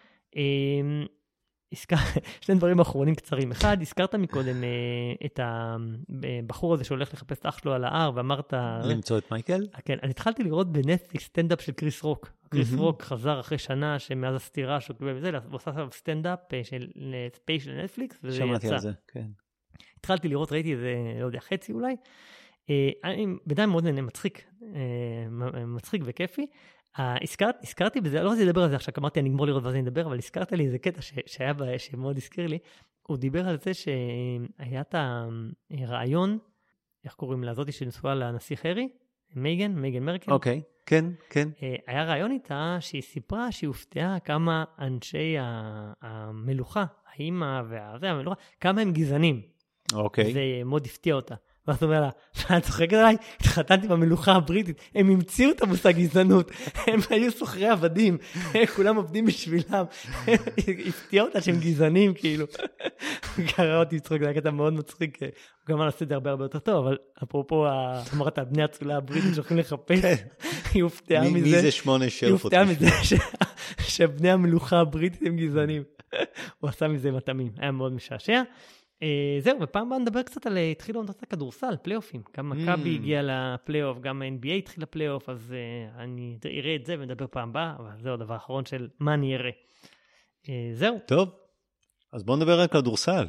הזכר, שני דברים אחרונים קצרים. אחד, הזכרת מקודם את הבחור הזה שהולך לחפש את אח שלו על ההר, ואמרת... למצוא את מייקל? כן, אני התחלתי לראות בנטפליקס סטנדאפ של קריס רוק. קריס רוק חזר אחרי שנה שמאז הסתירה שהוא קיבל וזה, הוא עושה סטנדאפ של ספייס של נטפליקס, וזה יצא. שמעתי על זה, כן. התחלתי לראות, ראיתי איזה, לא יודע, חצי אולי. אני בינתיים מאוד נהנה, מצחיק, מצחיק וכיפי. הזכרת, הזכרתי בזה, לא רציתי לדבר על זה עכשיו, אמרתי אני אגמור לראות ואז אני אדבר, אבל הזכרת לי איזה קטע שהיה בה, שמאוד הזכיר לי, הוא דיבר על זה שהיה את הרעיון, איך קוראים לה, זאתי שנשואה לנשיא הרי, מייגן, מייגן מרקל. אוקיי, כן, כן. היה רעיון איתה שהיא סיפרה שהיא הופתעה כמה אנשי המלוכה, האמא והזה, המלוכה, כמה הם גזענים. אוקיי. זה מאוד הפתיע אותה. ואז הוא אומר לה, ואת צוחקת עליי, התחתנתי במלוכה הבריטית, הם המציאו את המושג גזענות, הם היו סוחרי עבדים, כולם עובדים בשבילם, הפתיע אותה שהם גזענים, כאילו. קרא אותי לצחוק, זה היה קטע מאוד מצחיק, הוא גם עושה את זה הרבה הרבה יותר טוב, אבל אפרופו, אמרת, בני הצולה הבריטית שהולכים לחפש, היא הופתעה מזה, מי זה שמונה שרפות? היא הופתעה מזה שבני המלוכה הבריטית הם גזענים. הוא עשה מזה מטעמים, היה מאוד משעשע. זהו, ופעם באה נדבר קצת על התחילו עונות הכדורסל, פלייאופים, גם מכבי הגיע לפלייאוף, גם ה-אן בי איי התחיל לפלייאוף, אז אני אראה את זה ונדבר פעם באה, אבל זהו הדבר האחרון של מה אני אראה. זהו. טוב, אז בואו נדבר על כדורסל.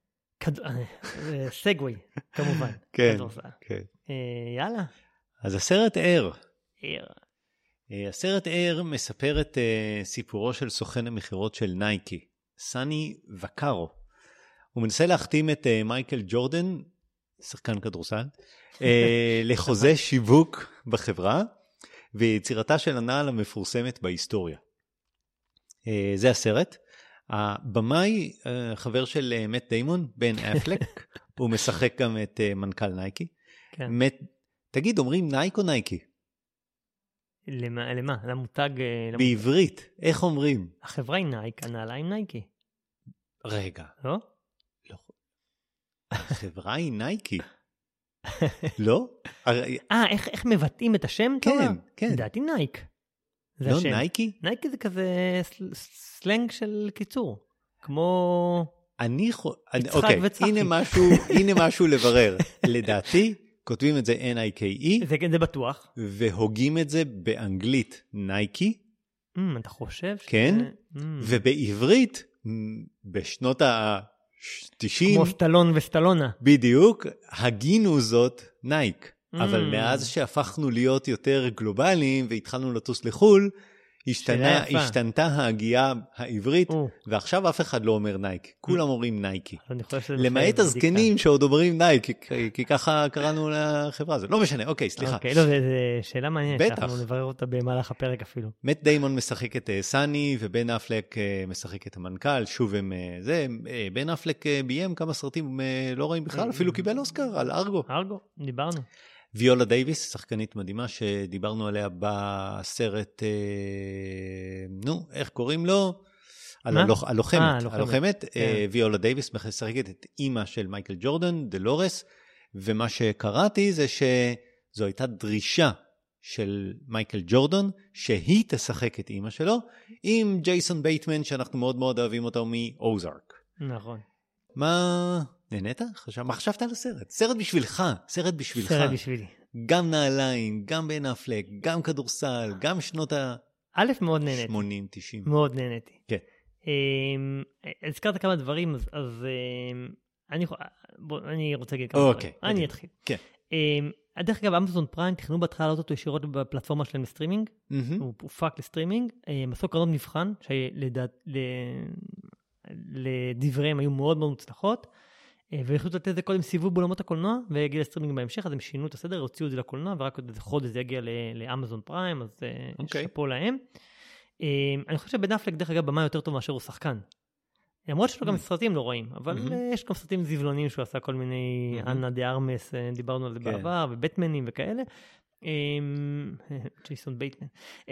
סגווי, כמובן. כן, כן. יאללה. אז הסרט ער. ער. הסרט ער מספר את סיפורו של סוכן המכירות של נייקי, סני וקארו. הוא מנסה להחתים את uh, מייקל ג'ורדן, שחקן כדורסל, uh, לחוזה שיווק בחברה, ויצירתה של הנעל המפורסמת בהיסטוריה. Uh, זה הסרט. הבמאי, uh, חבר של uh, מט דיימון, בן אפלק, הוא משחק גם את uh, מנכ"ל נייקי. כן. מט, תגיד, אומרים נייק או נייקי? למה? למה? למותג... בעברית, איך אומרים? החברה היא נייק, הנעליים נייקי. רגע. לא? החברה היא נייקי. לא? אה, איך מבטאים את השם? כן, כן. לדעתי נייק. לא נייקי? נייקי זה כזה סלנג של קיצור. כמו... אני חושב... אוקיי, הנה משהו לברר. לדעתי, כותבים את זה אן איי קיי אי. זה בטוח. והוגים את זה באנגלית נייקי. אתה חושב? כן. ובעברית, בשנות ה... תשעים, כמו סטלון וסטלונה. בדיוק, הגינו זאת נייק. Mm. אבל מאז שהפכנו להיות יותר גלובליים והתחלנו לטוס לחול, השתנה, השתנתה ההגייה העברית, mm. ועכשיו אף אחד לא אומר נייק. כולם אומרים נייקי. למעט הזקנים שעוד אומרים נייק, כי, כי ככה קראנו לחברה הזאת. לא משנה, אוקיי, סליחה. אוקיי, לא, זה, זה שאלה מעניינת, שאנחנו נברר אותה במהלך הפרק אפילו. מט דיימון משחק את סני, ובן אפלק משחק את המנכ"ל, שוב הם זה, בן אפלק ביים כמה סרטים לא רואים בכלל, אפילו קיבל אוסקר על ארגו. ארגו, דיברנו. ויולה דייביס, שחקנית מדהימה שדיברנו עליה בסרט, אה, נו, איך קוראים לו? על הלוח, הלוחמת, אה, הלוחמת. הלוחמת, כן. ויולה דייביס משחקת את אימא של מייקל ג'ורדן, דלורס, ומה שקראתי זה שזו הייתה דרישה של מייקל ג'ורדן, שהיא תשחק את אימא שלו, עם ג'ייסון בייטמן, שאנחנו מאוד מאוד אוהבים אותו מאוזארק. נכון. מה, נהנית? חשב, מה חשבת על הסרט? סרט בשבילך, סרט בשבילך. סרט בשבילי. גם נעליים, גם בן אפלק, גם כדורסל, גם שנות ה... א', מאוד נהניתי. שמונים תשעים. מאוד נהניתי. כן. הזכרת כמה דברים, אז, אז אני, בוא, אני רוצה להגיד כמה אוקיי, דברים. אני אתחיל. כן. דרך אגב, אמזון פריים תכנו בהתחלה לעשות אותו ישירות בפלטפורמה שלהם לסטרימינג, הוא הופק לסטרימינג, מסוק קרנות מבחן, שלדבריהם היו מאוד מאוד מוצלחות, והחליטו לתת את זה קודם סיבוב בעולמות הקולנוע, והגיע לסטרימינג בהמשך, אז הם שינו את הסדר, הוציאו את זה לקולנוע, ורק עוד איזה חודש זה יגיע לאמזון פריים, אז שפו להם. אני חושב שבן אפלק דרך אגב במה יותר טוב מאשר הוא שחקן. למרות שיש לו גם סרטים לא רואים, אבל יש גם סרטים זבלונים שהוא עשה כל מיני אנה דה ארמס, דיברנו על זה בעבר, ובטמנים וכאלה. ג'ייסון בייטמן.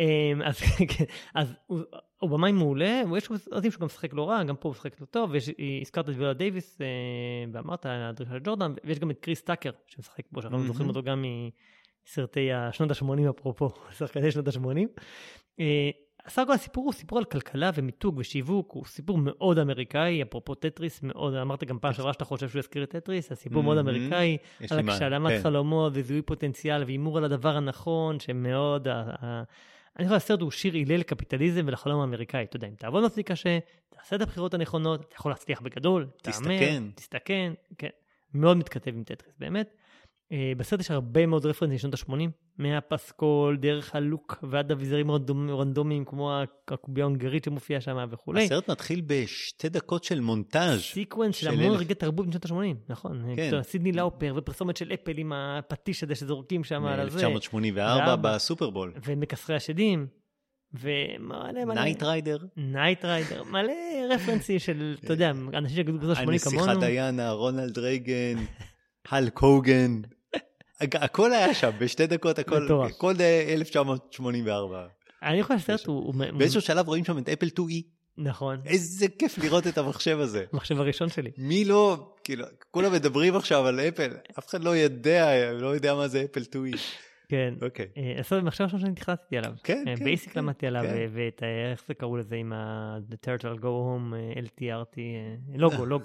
אז הוא במאי מעולה, ויש סרטים שהוא גם שחק לא רע, גם פה הוא שחק לא טוב, והזכרת את ויולה דייביס, ואמרת, הדרישה של ג'ורדן, ויש גם את קריס טאקר, שמשחק בו, שאנחנו זוכרים אותו גם מסרטי השנות ה-שמונים, אפרופו, שחקני שנות ה-שמונים. סך הכל הסיפור הוא סיפור על כלכלה ומיתוג ושיווק, הוא סיפור מאוד אמריקאי, אפרופו טטריס, מאוד, אמרת גם פעם שעברה שאתה חושב שהוא יזכיר את טטריס, הסיפור מאוד אמריקאי, על הגשמת חלומות וזיהוי פוטנציאל ואימור על הדבר הנכון, שמאוד, אני חושב הסרט הוא שיר הילל לקפיטליזם ולחלום האמריקאי, אתה יודע, אם תעבוד מספיק קשה, תעשה את הבחירות הנכונות, אתה יכול להצליח בגדול, תסתכן, תסתכן, כן, מאוד מתכתב עם טטריס, באמת. בסרט יש הרבה מאוד רפרנסים לשנות ה-שמונים, מהפסקול, דרך הלוק, ועד אביזרים רנדומיים, כמו הקובייה ההונגרית שמופיעה שם וכו'. הסרט מתחיל בשתי דקות של מונטאז'. סיקוונס של המון רגעי תרבות בשנות ה-שמונים, נכון. כן. סידני לאופר, ופרסומת של אפל עם הפטיש הזה שזורקים שם על הזה. מ-אלף תשע מאות שמונים וארבע בסופרבול. ומכסרי השדים. ומלא מלא. נייט ריידר. נייט ריידר. מלא רפרנסים של, אתה יודע, אנשים שגדלו בזמן שמונים כמונו. הנסיכה דיאנה, רונלד רייגן, הלק הוגן. הכל היה שם, בשתי דקות, הכל, כל אלף תשע מאות שמונים וארבע. אני חושב שהסרט הוא... באיזשהו שלב רואים שם את אפל טו אי. נכון. איזה כיף לראות את המחשב הזה. המחשב הראשון שלי. מי לא, כאילו, כולם מדברים עכשיו על אפל, אף אחד לא יודע, לא יודע מה זה אפל טו אי. כן. אוקיי. הסרט המחשב הראשון שאני תכנתתי עליו. כן, כן. בייסיק למדתי עליו, ואת, איך זה קראו לזה עם ה-The Turtle Go Home, אל טי אר טי, לוגו, לוגו.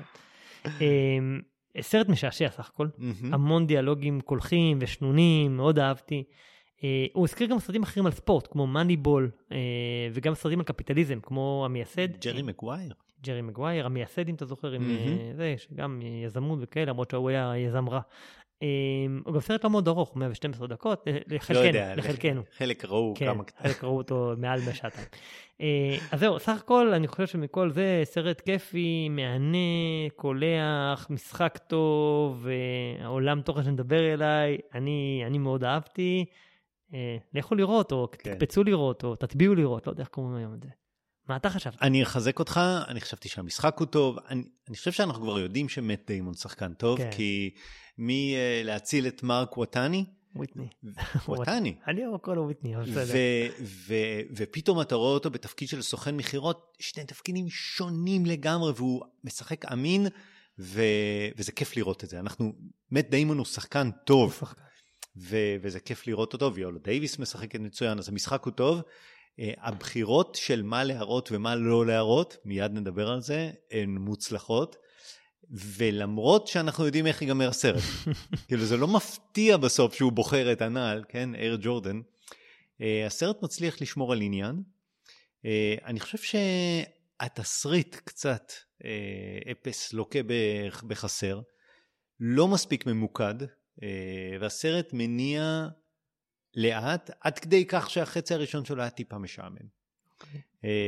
סרט משעשע סך הכל, המון דיאלוגים קולחים ושנונים, מאוד אהבתי. הוא הזכיר גם סרטים אחרים על ספורט, כמו מאניבול, וגם סרטים על קפיטליזם, כמו המייסד. ג'רי מגווייר. ג'רי מגווייר, המייסד, אם אתה זוכר, עם זה, שגם יזמות וכאלה, למרות שהוא היה יזם רע. הוא גם סרט לא מאוד ארוך, מאה ושתים עשרה דקות, לחלקנו, לחלקנו. חלק ראו כמה קטעים. חלק ראו אותו מעל משעתיים. אז זהו, סך הכל, אני חושב שמכל זה, סרט כיפי, מענה, קולח, משחק טוב, העולם תוכן שנדבר אליי, אני מאוד אהבתי. לכו לראות, או תקפצו לראות, או תטביעו לראות, לא יודע איך קוראים היום את זה. מה אתה חשבת? אני אחזק אותך, אני חשבתי שהמשחק הוא טוב, אני, אני חושב שאנחנו כבר יודעים שמט דיימון שחקן טוב, כן. כי מי uh, להציל את מרק ווטני? וויטני. ווטני. אני אומר כל וויטני, אבל בסדר. ופתאום אתה רואה אותו בתפקיד של סוכן מחירות, שני תפקידים שונים לגמרי, והוא משחק אמין, ו, וזה כיף לראות את זה. אנחנו, מט דיימון הוא שחקן טוב, שחקן. ו, וזה כיף לראות אותו, ויולה דייביס משחקת מצוין, אז המשחק הוא טוב. הבחירות של מה להראות ומה לא להראות, מיד נדבר על זה, הן מוצלחות, ולמרות שאנחנו יודעים איך ייגמר הסרט, כאילו זה לא מפתיע בסוף שהוא בוחר את הנעל, כן, אייר ג'ורדן, הסרט מצליח לשמור על עניין, אני חושב שהתסריט קצת אפס לוקה בחסר, לא מספיק ממוקד, והסרט מניע לאט, עד כדי כך שהחצי הראשון שלו היה טיפה משעמם. Okay.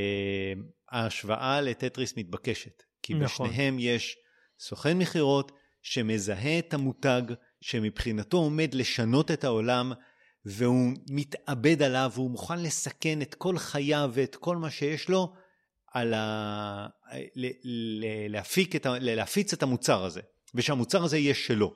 ההשוואה לטטריס מתבקשת, כי נכון. בשניהם יש סוכן מחירות שמזהה את המותג, שמבחינתו עומד לשנות את העולם, והוא מתאבד עליו, והוא מוכן לסכן את כל חייו ואת כל מה שיש לו, על ה... ל... ל... להפיק את ה... להפיץ את המוצר הזה, ושהמוצר הזה יהיה שלו.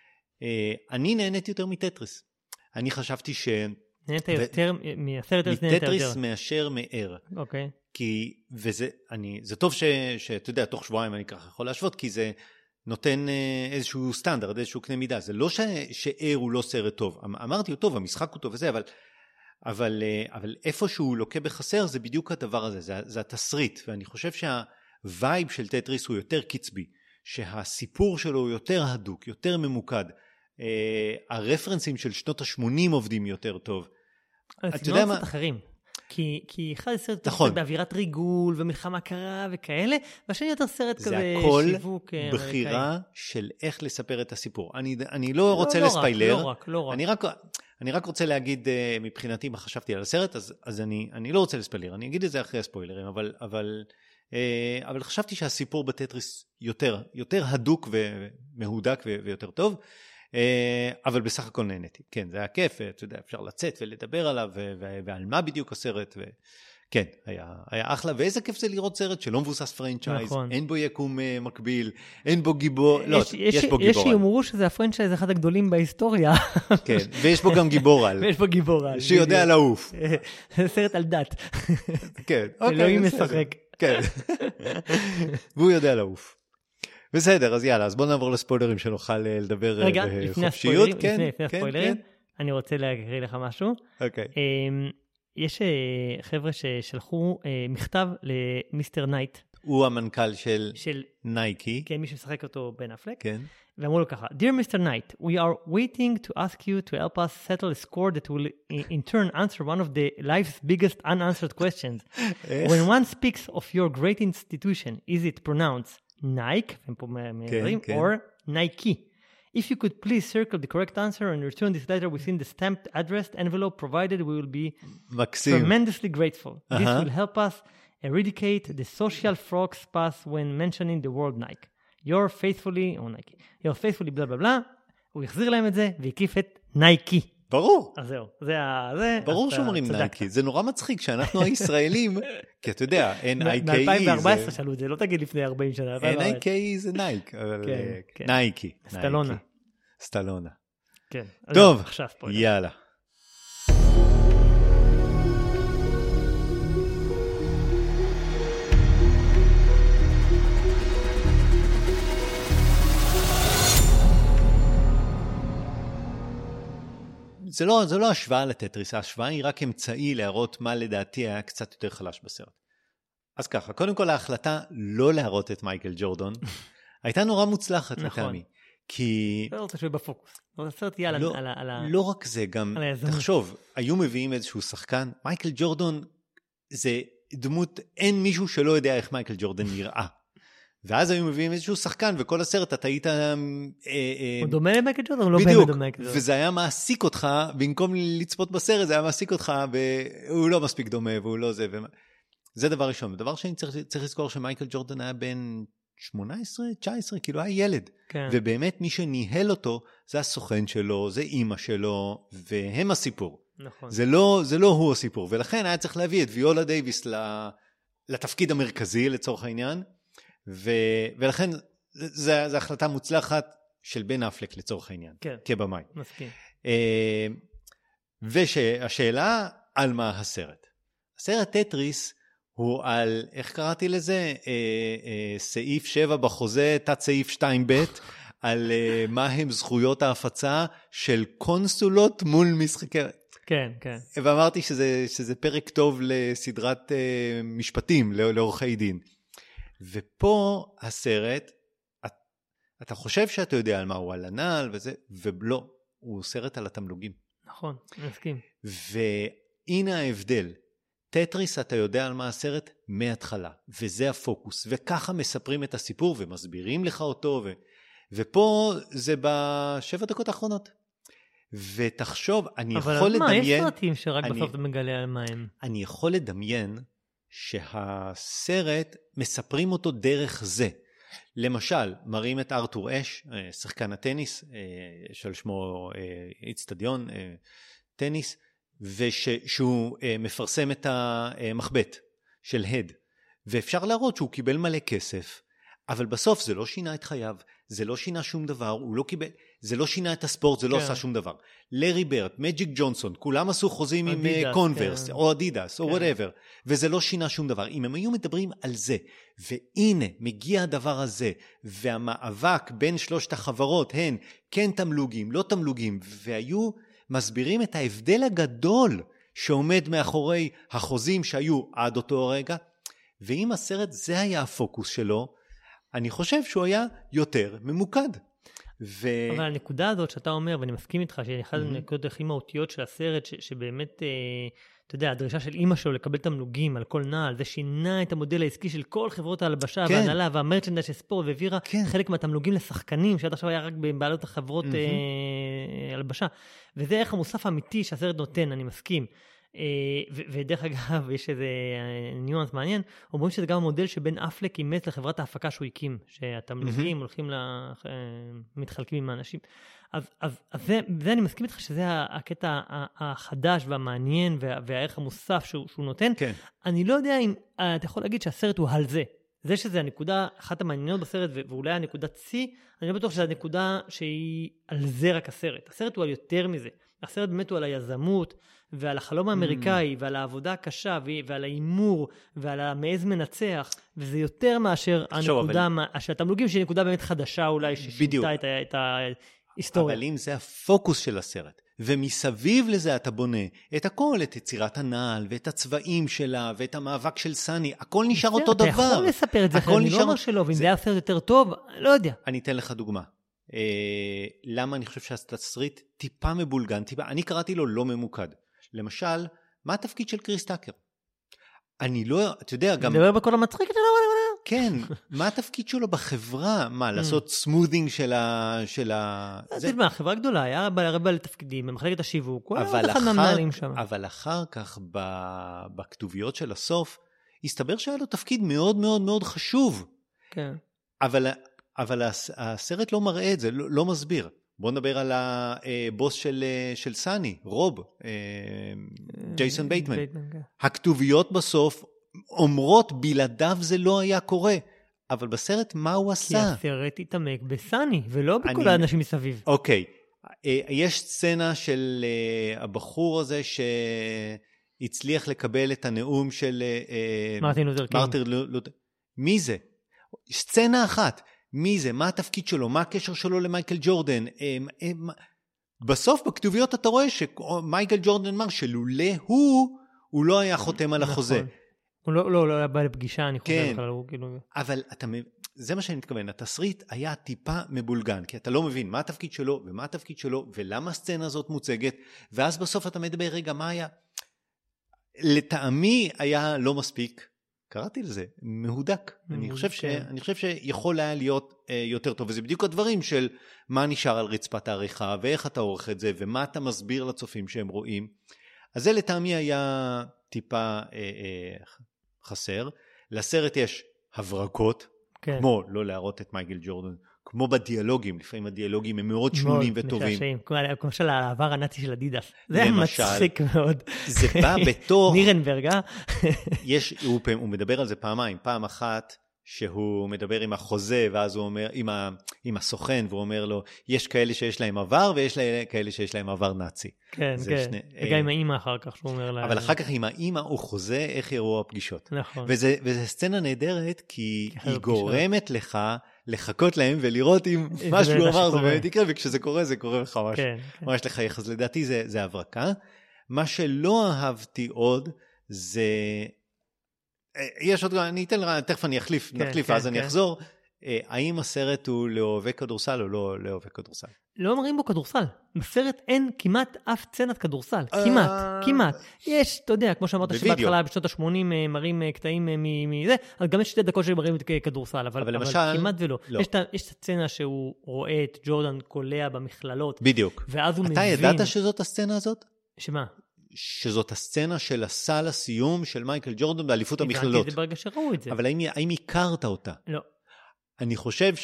אני נהניתי יותר מטטריס. אני חשבתי ש... נהנת יותר, מהסרט הזה נהנת יותר. מטטריס מאשר מאר. אוקיי. כי, וזה, אני, זה טוב ש, שאתה יודע, תוך שבועיים אני ככה יכול להשוות, כי זה נותן איזשהו סטנדרט, איזשהו קנה מידה. זה לא ש, שאיר הוא לא סרט טוב. אמרתי הוא טוב, המשחק הוא טוב וזה, אבל, אבל, אבל איפשהו לוקה בחסר, זה בדיוק הדבר הזה, זה, זה התסריט. ואני חושב שהווייב של טטריס הוא יותר קצבי, שהסיפור שלו הוא יותר הדוק, יותר ממוקד. הרפרנסים של שנות ה-שמונים עובדים יותר טוב. אתה יודע מה? אחרים. כי, כי אחד הסרט נכון. באווירת ריגול ומלחמה קרה וכאלה, והשני יותר סרט כזה שיווק אמריקאי. זה הכל בחירה של איך לספר את הסיפור. אני, אני לא, לא רוצה לא לספיילר. רק, לא רק, לא רק. אני רק, אני רק רוצה להגיד מבחינתי מה חשבתי על הסרט, אז, אז אני, אני לא רוצה לספיילר. אני אגיד את זה אחרי הספוילרים, אבל, אבל, אבל חשבתי שהסיפור בטטריס יותר, יותר הדוק ומהודק ויותר טוב. אבל בסך הכל נהניתי. כן, זה היה כיף, אתה יודע, אפשר לצאת ולדבר עליו, ועל מה בדיוק הסרט, וכן, היה, היה אחלה, ואיזה כיף זה לראות סרט שלא מבוסס פרנצ'ייז, נכון. אין בו יקום מקביל, אין בו גיבור, יש, לא, יש, יש בו גיבור. יש שיאמרו שזה הפרנצ'ייז אחד הגדולים בהיסטוריה. כן, ויש בו גם גיבור על. ויש בו גיבור על. שיודע לעוף. זה סרט על דת. כן, אוקיי. אלוהים משחק. כן. והוא יודע לעוף. בסדר, אז יאללה, אז בוא נעבור לספוילרים שנוכל לדבר בחופשיות. רגע, לפני הספוילרים, לפני הספוילרים, אני רוצה להקריא לך משהו. אוקיי. יש חבר'ה ששלחו מכתב למיסטר נייט. הוא המנכ"ל של נייקי. כן, מי שמשחק אותו בן אפלק. כן. ואמרו לו ככה, Dear מיסטר Knight, we are waiting to ask you to help us settle a score that will in turn answer one of the life's biggest unanswered questions. When one speaks of your great institution, is it pronounced Nike, כן, כן. or Nike? If you could please circle the correct answer and return this letter within the stamped addressed envelope provided, we will be מקסים. tremendously grateful. Uh-huh. This will help us eradicate the social frog's path when mentioning the word Nike. Your faithfully, או Nike, your faithfully בלה בלה בלה, הוא יחזיר להם את זה והקיף את נייקי. ברור. אז זהו, זה ה... זה, ברור שאומרים נייקי, זה נורא מצחיק שאנחנו הישראלים, כי אתה יודע, N I K E זה... ב-אלפיים וארבע עשרה שאלו את זה, לא תגיד לפני ארבעים שנה. N I K E זה נייק, אבל נייקי. סטלונה. סטלונה. כן. טוב, יאללה. זה לא, זה לא השוואה לטטריס, ההשוואה היא רק אמצעי להראות מה לדעתי היה קצת יותר חלש בסרט. אז ככה, קודם כל ההחלטה לא להראות את מייקל ג'ורדון, הייתה נורא מוצלחת לטעמי. כי... לא רוצה שהוא בפוקוס. הסרט יהיה לא, על, על, על... לא רק זה, גם תחשוב, היו מביאים איזשהו שחקן, מייקל ג'ורדון זה דמות, אין מישהו שלא יודע איך מייקל ג'ורדון נראה. ואז היו מביאים איזשהו שחקן, וכל הסרט אתה היית... הוא דומה למייקל ג'ורדון, הוא לא באמת דומה למייקל ג'ורדון. וזה היה מעסיק אותך, במקום לצפות בסרט, זה היה מעסיק אותך, והוא לא מספיק דומה, והוא לא זה. זה דבר ראשון. ודבר שני, צריך לזכור שמייקל ג'ורדון היה בן שמונה עשרה, תשע עשרה, כאילו היה ילד. ובאמת מי שניהל אותו, זה הסוכן שלו, זה אימא שלו, והם הסיפור. נכון. זה לא, זה לא הוא הסיפור. ולכן היה צריך להביא את ויולה דייביס לתפקיד המרכזי, לצורך העניין. ו... ולכן זו, זו החלטה מוצלחת של בן אפלק לצורך העניין, כן, כבמאי. מסכים. והשאלה על מה הסרט. הסרט טטריס הוא על, איך קראתי לזה? סעיף שבע בחוזה, תת סעיף שתיים ב', על מה הם זכויות ההפצה של קונסולות מול משחקי... כן, כן. ואמרתי שזה, שזה פרק טוב לסדרת משפטים, לעורכי דין. ופה הסרט, אתה חושב שאתה יודע על מה הוא, על הנעל וזה, ולא, הוא סרט על התמלוגים. נכון, מסכים. והנה ההבדל, טטריס אתה יודע על מה הסרט מההתחלה, וזה הפוקוס, וככה מספרים את הסיפור ומסבירים לך אותו, ו... ופה זה בשבע דקות האחרונות. ותחשוב, אני יכול לדמיין... אבל מה, יש סרטים שרק אני... בסוף אתה מגלה על מה הם. אני יכול לדמיין... שהסרט מספרים אותו דרך זה. למשל, מראים את ארתור אש, שחקן הטניס, של שמו אצטדיון טניס, ושהוא מפרסם את המחבט של הד. ואפשר להראות שהוא קיבל מלא כסף, אבל בסוף זה לא שינה את חייו, זה לא שינה שום דבר, הוא לא קיבל, זה לא שינה את הספורט, זה לא כן. עשה שום דבר. לארי ברד, מג'יק ג'ונסון, כולם עשו חוזים אדידס, עם קונברס, כן. או אדידס, או כן. whatever, וזה לא שינה שום דבר. אם הם היו מדברים על זה, והנה, מגיע הדבר הזה, והמאבק בין שלושת החברות הן כן תמלוגים, לא תמלוגים, והיו מסבירים את ההבדל הגדול שעומד מאחורי החוזים שהיו עד אותו רגע, ואם הסרט זה היה הפוקוס שלו, אני חושב שהוא היה יותר ממוקד. ו... אבל הנקודה הזאת שאתה אומר, ואני מסכים איתך, שהיא אחת Mm-hmm. הנקודות הכי מהותיות של הסרט, ש- שבאמת, אה, אתה יודע, הדרישה של אמא שלו לקבל תמלוגים על כל נעל, זה שינה את המודל העסקי של כל חברות ההלבשה, כן. והנהלה, והמרצ'נדייז של ספורט, והעבירה כן. חלק מהתמלוגים לשחקנים, שעד עכשיו היה רק בבעלות החברות Mm-hmm. אה, הלבשה. וזה הערך המוסף האמיתי שהסרט נותן, אני מסכים. ו- ודרך אגב, יש איזה ניואנס מעניין, אומרים שזה גם המודל שבן אפלק אימץ לחברת ההפקה שהוא הקים, שהתמלוגים הולכים, ל- מתחלקים עם האנשים. אז, אז, אז זה, זה אני מסכים איתך שזה הקטע החדש והמעניין וה, והערך המוסף שהוא, שהוא נותן. כן. אני לא יודע אם אתה יכול להגיד שהסרט הוא על זה. זה שזה הנקודה, אחת המעניינות בסרט, ואולי הנקודת C, אני לא בטוח שזו הנקודה שהיא על זה רק הסרט. הסרט הוא על יותר מזה. הסרט באמת הוא על היזמות, ועל החלום האמריקאי, ועל העבודה הקשה, ועל האימור, ועל המעז מנצח, וזה יותר מאשר הנקודה, שהתמלוגים שהיא נקודה באמת חדשה אולי, ששינתה את ההיסטוריה. אבל אם זה הפוקוס של הסרט, ומסביב לזה אתה בונה את הכל, את יצירת הנעל, ואת הצבעים שלה, ואת המאבק של סני, הכל נשאר אותו דבר. אתה יכול לספר את זה, אני לא אומר שלא, ואם זה היה סרט יותר טוב, לא יודע. אני אתן לך דוגמה. למה אני חושב שהתסריט טיפה מבולגן, טיפה, אני קראתי לו לא ממוקד. למשל, מה התפקיד של קריס טאקר? אני לא, אתה יודע, גם... מדבר בכל המצחיק, אתה לא יודע. כן, מה התפקיד שלו בחברה? מה, לעשות סמודינג של ה... של ה... זה מה, חברה גדולה, היה הרבה לתפקידים, במחלקת השיווק, הוא היה עוד אחד מהמנהלים שם. אבל אחר כך, בכתוביות של הסוף, הסתבר שהיה לו תפקיד מאוד מאוד מאוד חשוב. כן. אבל, אבל הסרט לא מראה את זה, לא, לא מסביר. בוא נדבר על הבוס של, של סני, רוב, ג'ייסון בייטמן. הכתוביות בסוף אומרות בלעדיו זה לא היה קורה, אבל בסרט מה הוא עשה? כי הסרט התעמק בסני, ולא בכל אני... האנשים מסביב. אוקיי, יש סצנה של הבחור הזה שהצליח לקבל את הנאום של מרטין לותר קינג. מרטין לותר... מי זה? סצנה אחת. מי זה? מה התפקיד שלו? מה הקשר שלו למייקל ג'ורדן? בסוף בכתוביות אתה רואה שמייקל ג'ורדן אמר שלולא הוא, הוא לא היה חותם על החוזה. הוא לא, לא, לא היה בא לפגישה, אני חושב בכלל. אבל אתה, זה מה שאני מתכוון, התסריט היה טיפה מבולגן, כי אתה לא מבין מה התפקיד שלו ומה התפקיד שלו, ולמה הסצנה הזאת מוצגת, ואז בסוף אתה מדבר, רגע, מה היה? לטעמי היה לא מספיק, קראתי לזה, מהודק. אני חושב ש, אני חושב שיכול היה להיות יותר טוב, וזה בדיוק הדברים של מה נשאר על רצפת העריכה, ואיך אתה עורך את זה, ומה אתה מסביר לצופים שהם רואים. אז זה לטעמי היה טיפה אה, אה, חסר. לסרט יש הברקות, כן. כמו לא להראות את מייקל ג'ורדן, כמו בדיאלוגים, לפעמים הדיאלוגים הם מאוד שנונים וטובים. כמו של העבר הנאצי של אדידס. זה היה מצחיק מאוד. זה בא בתוך... נירנברג, אה? יש, הוא, הוא מדבר על זה פעמיים. פעם אחת שהוא מדבר עם החוזה, ואז הוא אומר, עם, ה, עם הסוכן, והוא אומר לו, יש כאלה שיש להם עבר, ויש כאלה שיש להם עבר נאצי. כן, כן. שני, וגם אה, עם האמא אחר כך, שהוא אומר לה... אבל אחר כך עם האמא הוא חוזה איך יראו הפגישות. נכון. וזה, וזה סצנה נהדרת, כי היא גורמת לך לחכות להם, ולראות אם מה שהוא אמר זה באמת יקרה, וכשזה קורה, זה קורה לך ממש, כן, ממש כן. לחייך. אז לדעתי זה, זה הברקה. מה שלא אהבתי עוד, זה... יש עוד, אני אתן לך, תכף אני אחליף, כן, נחליף, כן, אז כן. אני אחזור. האם הסרט הוא לאוהבי כדורסל או לא לאוהבי כדורסל? לא אומרים בו כדורסל. בסרט אין כמעט אף צנת כדורסל. כמעט, כמעט. יש, אתה יודע, כמו שאמרת שבהתחלה בשנות ה-שמונים מראים קטעים מזה, אז גם יש שתי דקות שמראים כדורסל, אבל כמעט ולא. יש את הסצנה שהוא רואה את ג'ורדן קולע במכללות. בדיוק. ואז הוא מבין... אתה ידעת שזאת הסצנה הזאת? שמה? שזאת הסצנה של הסל הסיום של מייקל ג'ורדן באליפות המכללות. הבנתי את זה ברגע שראו את זה. אבל האם, האם הכרת אותה? לא. אני חושב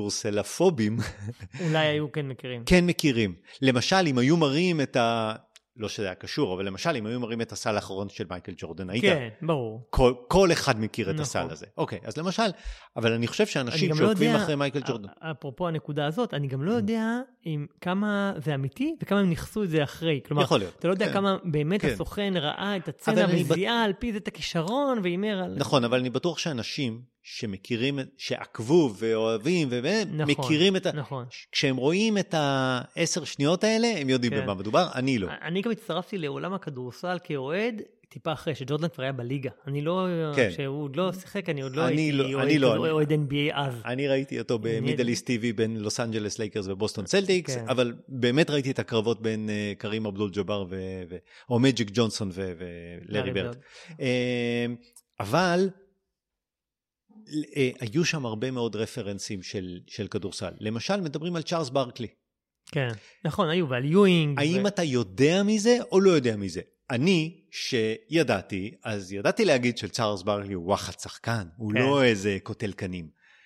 שכדורסלפובים... אולי היו כן מכירים. כן מכירים. למשל, אם היו מראים את, ה, לא שזה היה קשור, אבל למשל, אם היו מראים את הסל האחרון של מייקל ג'ורדן, היית... כן, ברור. כל, כל אחד מכיר את נכון. הסל הזה. אוקיי, אז למשל, אבל אני חושב שאנשים לא שעוקבים יודע, אחרי מייקל ג'ורדן... אפרופו הנקודה הזאת, אני גם לא יודע אם כמה זה אמיתי, וכמה הם נכסו את זה אחרי. כלומר, יכול להיות. אתה לא יודע כן. כמה באמת כן. הסוכן ראה את הצצנה וזיהה על פי זה את הכישרון, ואימר על... נכון, אבל אני בטוח שאנשים שמכירים, שעקבו ואוהבים, ומכירים את ה... נכון. כשהם רואים את העשר שניות האלה, הם יודעים במה מדובר, אני לא. אני גם הצטרפתי לעולם הכדורסל כאוהד, טיפה אחרי שג'ורדן כבר היה בליגה. אני לא, כשהוא עוד לא שיחק, אני עוד לא הייתי אוהד אן בי איי אז. אני ראיתי אותו במידל איסט טי וי בין לוס אנג'לס לייקרס ובוסטון צלטיקס, אבל באמת ראיתי את הקרבות בין קרים אבדול ג'אבר או מג'יק ג'ונסון ולארי ברד. אבל היו שם הרבה מאוד רפרנסים של, של כדורסל. למשל, מדברים על צ'ארלס ברקלי. כן, נכון, היו, ועל יואינג. האם ו... אתה יודע מזה או לא יודע מזה? אני, שידעתי, אז ידעתי להגיד של צ'ארלס ברקלי הוא וואחד שחקן, הוא כן. לא איזה קוטל קנים.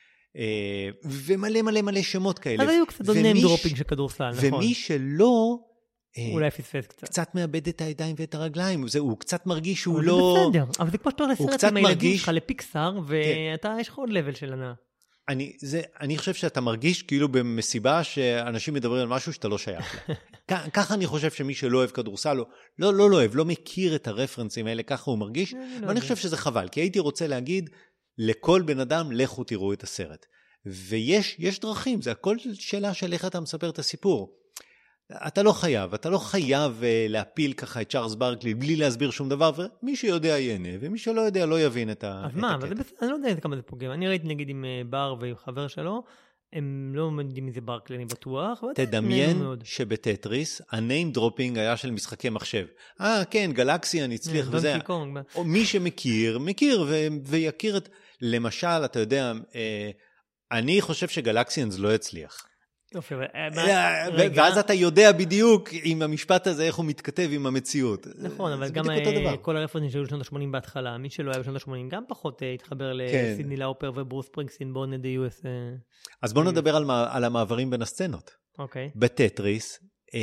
ומלא מלא מלא שמות כאלה. אז היו קצת עוד ניים דרופינג של כדורסל, נכון. ומי שלא... אולי פספס קצת. קצת מאבד את הידיים ואת הרגליים, זה, הוא קצת מרגיש שהוא לא... זה בסדר, אבל זה כמו שאתה הולך לסרט עם הילדים שלך לפיקסר, ואתה, יש לך עוד לבל של ענה. אני, זה, אני חושב שאתה מרגיש כאילו במסיבה שאנשים מדברים על משהו שאתה לא שייך לה. ככה אני חושב שמי שלא אוהב כדורסל, לא, לא, לא אוהב, לא מכיר את הרפרנסים האלה, ככה הוא מרגיש, ואני חושב שזה חבל, כי הייתי רוצה להגיד לכל בן אדם, לכו תראו את הסרט. ויש, יש דרכים, זה הכל שאלה של איך אתה מספר את הסיפור. אתה לא חייב, אתה לא חייב להפיל ככה את צ'ארלס ברקלי בלי להסביר שום דבר, ומי שיודע ייהנה, ומי שלא יודע לא יבין את הקטע. אז מה, אבל אני לא יודע כמה זה פוגם. אני ראיתי נגיד עם בר ועם חבר שלו, הם לא יודעים מזה ברקלי, אני בטוח. תדמיין שבטטריס, הניים דרופינג היה של משחקי מחשב. אה, כן, גלקסי, אני אצליח וזה. מי שמכיר, מכיר ויכיר את... למשל, אתה יודע, אני חושב שגלקסיאנס לא יצליח. ואז אתה יודע בדיוק עם המשפט הזה איך הוא מתכתב עם המציאות. נכון, אבל גם כל הרפרנסים שהיו בשנות ה-שמונים בהתחלה, מי שלא היה בשנות ה-שמונים גם פחות התחבר לסידני לאופר וברוס ספרינגסטין בורן די יו אס. אז בואו נדבר על המעברים בין הסצנות. בטטריס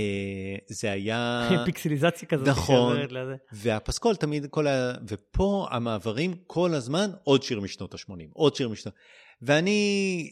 זה היה... פיקסליזציה כזאת. נכון, והפסקול תמיד, ופה המעברים כל הזמן עוד שיר משנות ה-שמונים, עוד שיר משנות... ואני...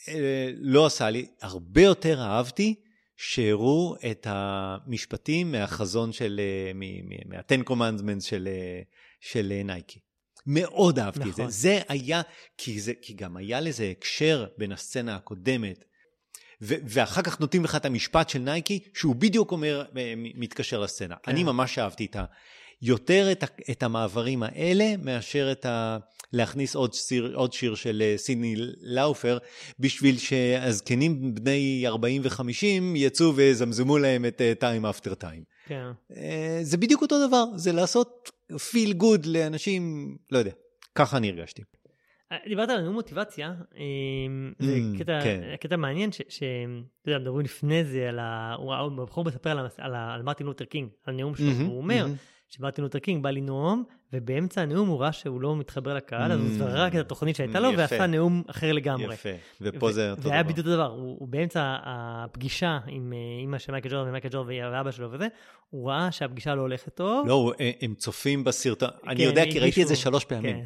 לא עשה לי, הרבה יותר אהבתי שהראו את המשפטים מהחזון של, מה-Ten Commandments של, של נייקי. מאוד אהבתי נכון. את זה. זה היה, כי, זה, כי גם היה לזה הקשר בין הסצנה הקודמת, ו- ואחר כך נותנים לך את המשפט של נייקי, שהוא בדיוק אומר, מתקשר לסצנה. כן. אני ממש אהבתי את ה... יותר את, את המעברים האלה, מאשר את ה... להכניס עוד שיר, עוד שיר של סידני לאופר, בשביל שהזקנים בני ארבעים וחמישים יצאו וזמזמו להם את time after time. כן. זה בדיוק אותו דבר, זה לעשות feel good לאנשים, לא יודע, ככה אני הרגשתי. דיברת על נאום מוטיבציה, זה קטע מעניין, שאתה יודע, מדברים לפני זה, הוא בחור מספר על מרטין לותר קינג, על הנאום שלו, הוא אומר, שמרטין לותר קינג בא לנאום, ובאמצע הנאום הוא ראה שהוא לא מתחבר לקהל, אז הוא זרק את התוכנית שהייתה לו, ועשה נאום אחר לגמרי. יפה, ופה זה אותו דבר. והיה בדיוק הדבר, הוא באמצע הפגישה עם אמא של מייקל ג'ורדן, ומייקל ג'ורדן ואבא שלו וזה, הוא ראה שהפגישה לא הולכת טוב. לא, הם צופים בסרטון, אני יודע כי ראיתי את זה שלוש פעמים.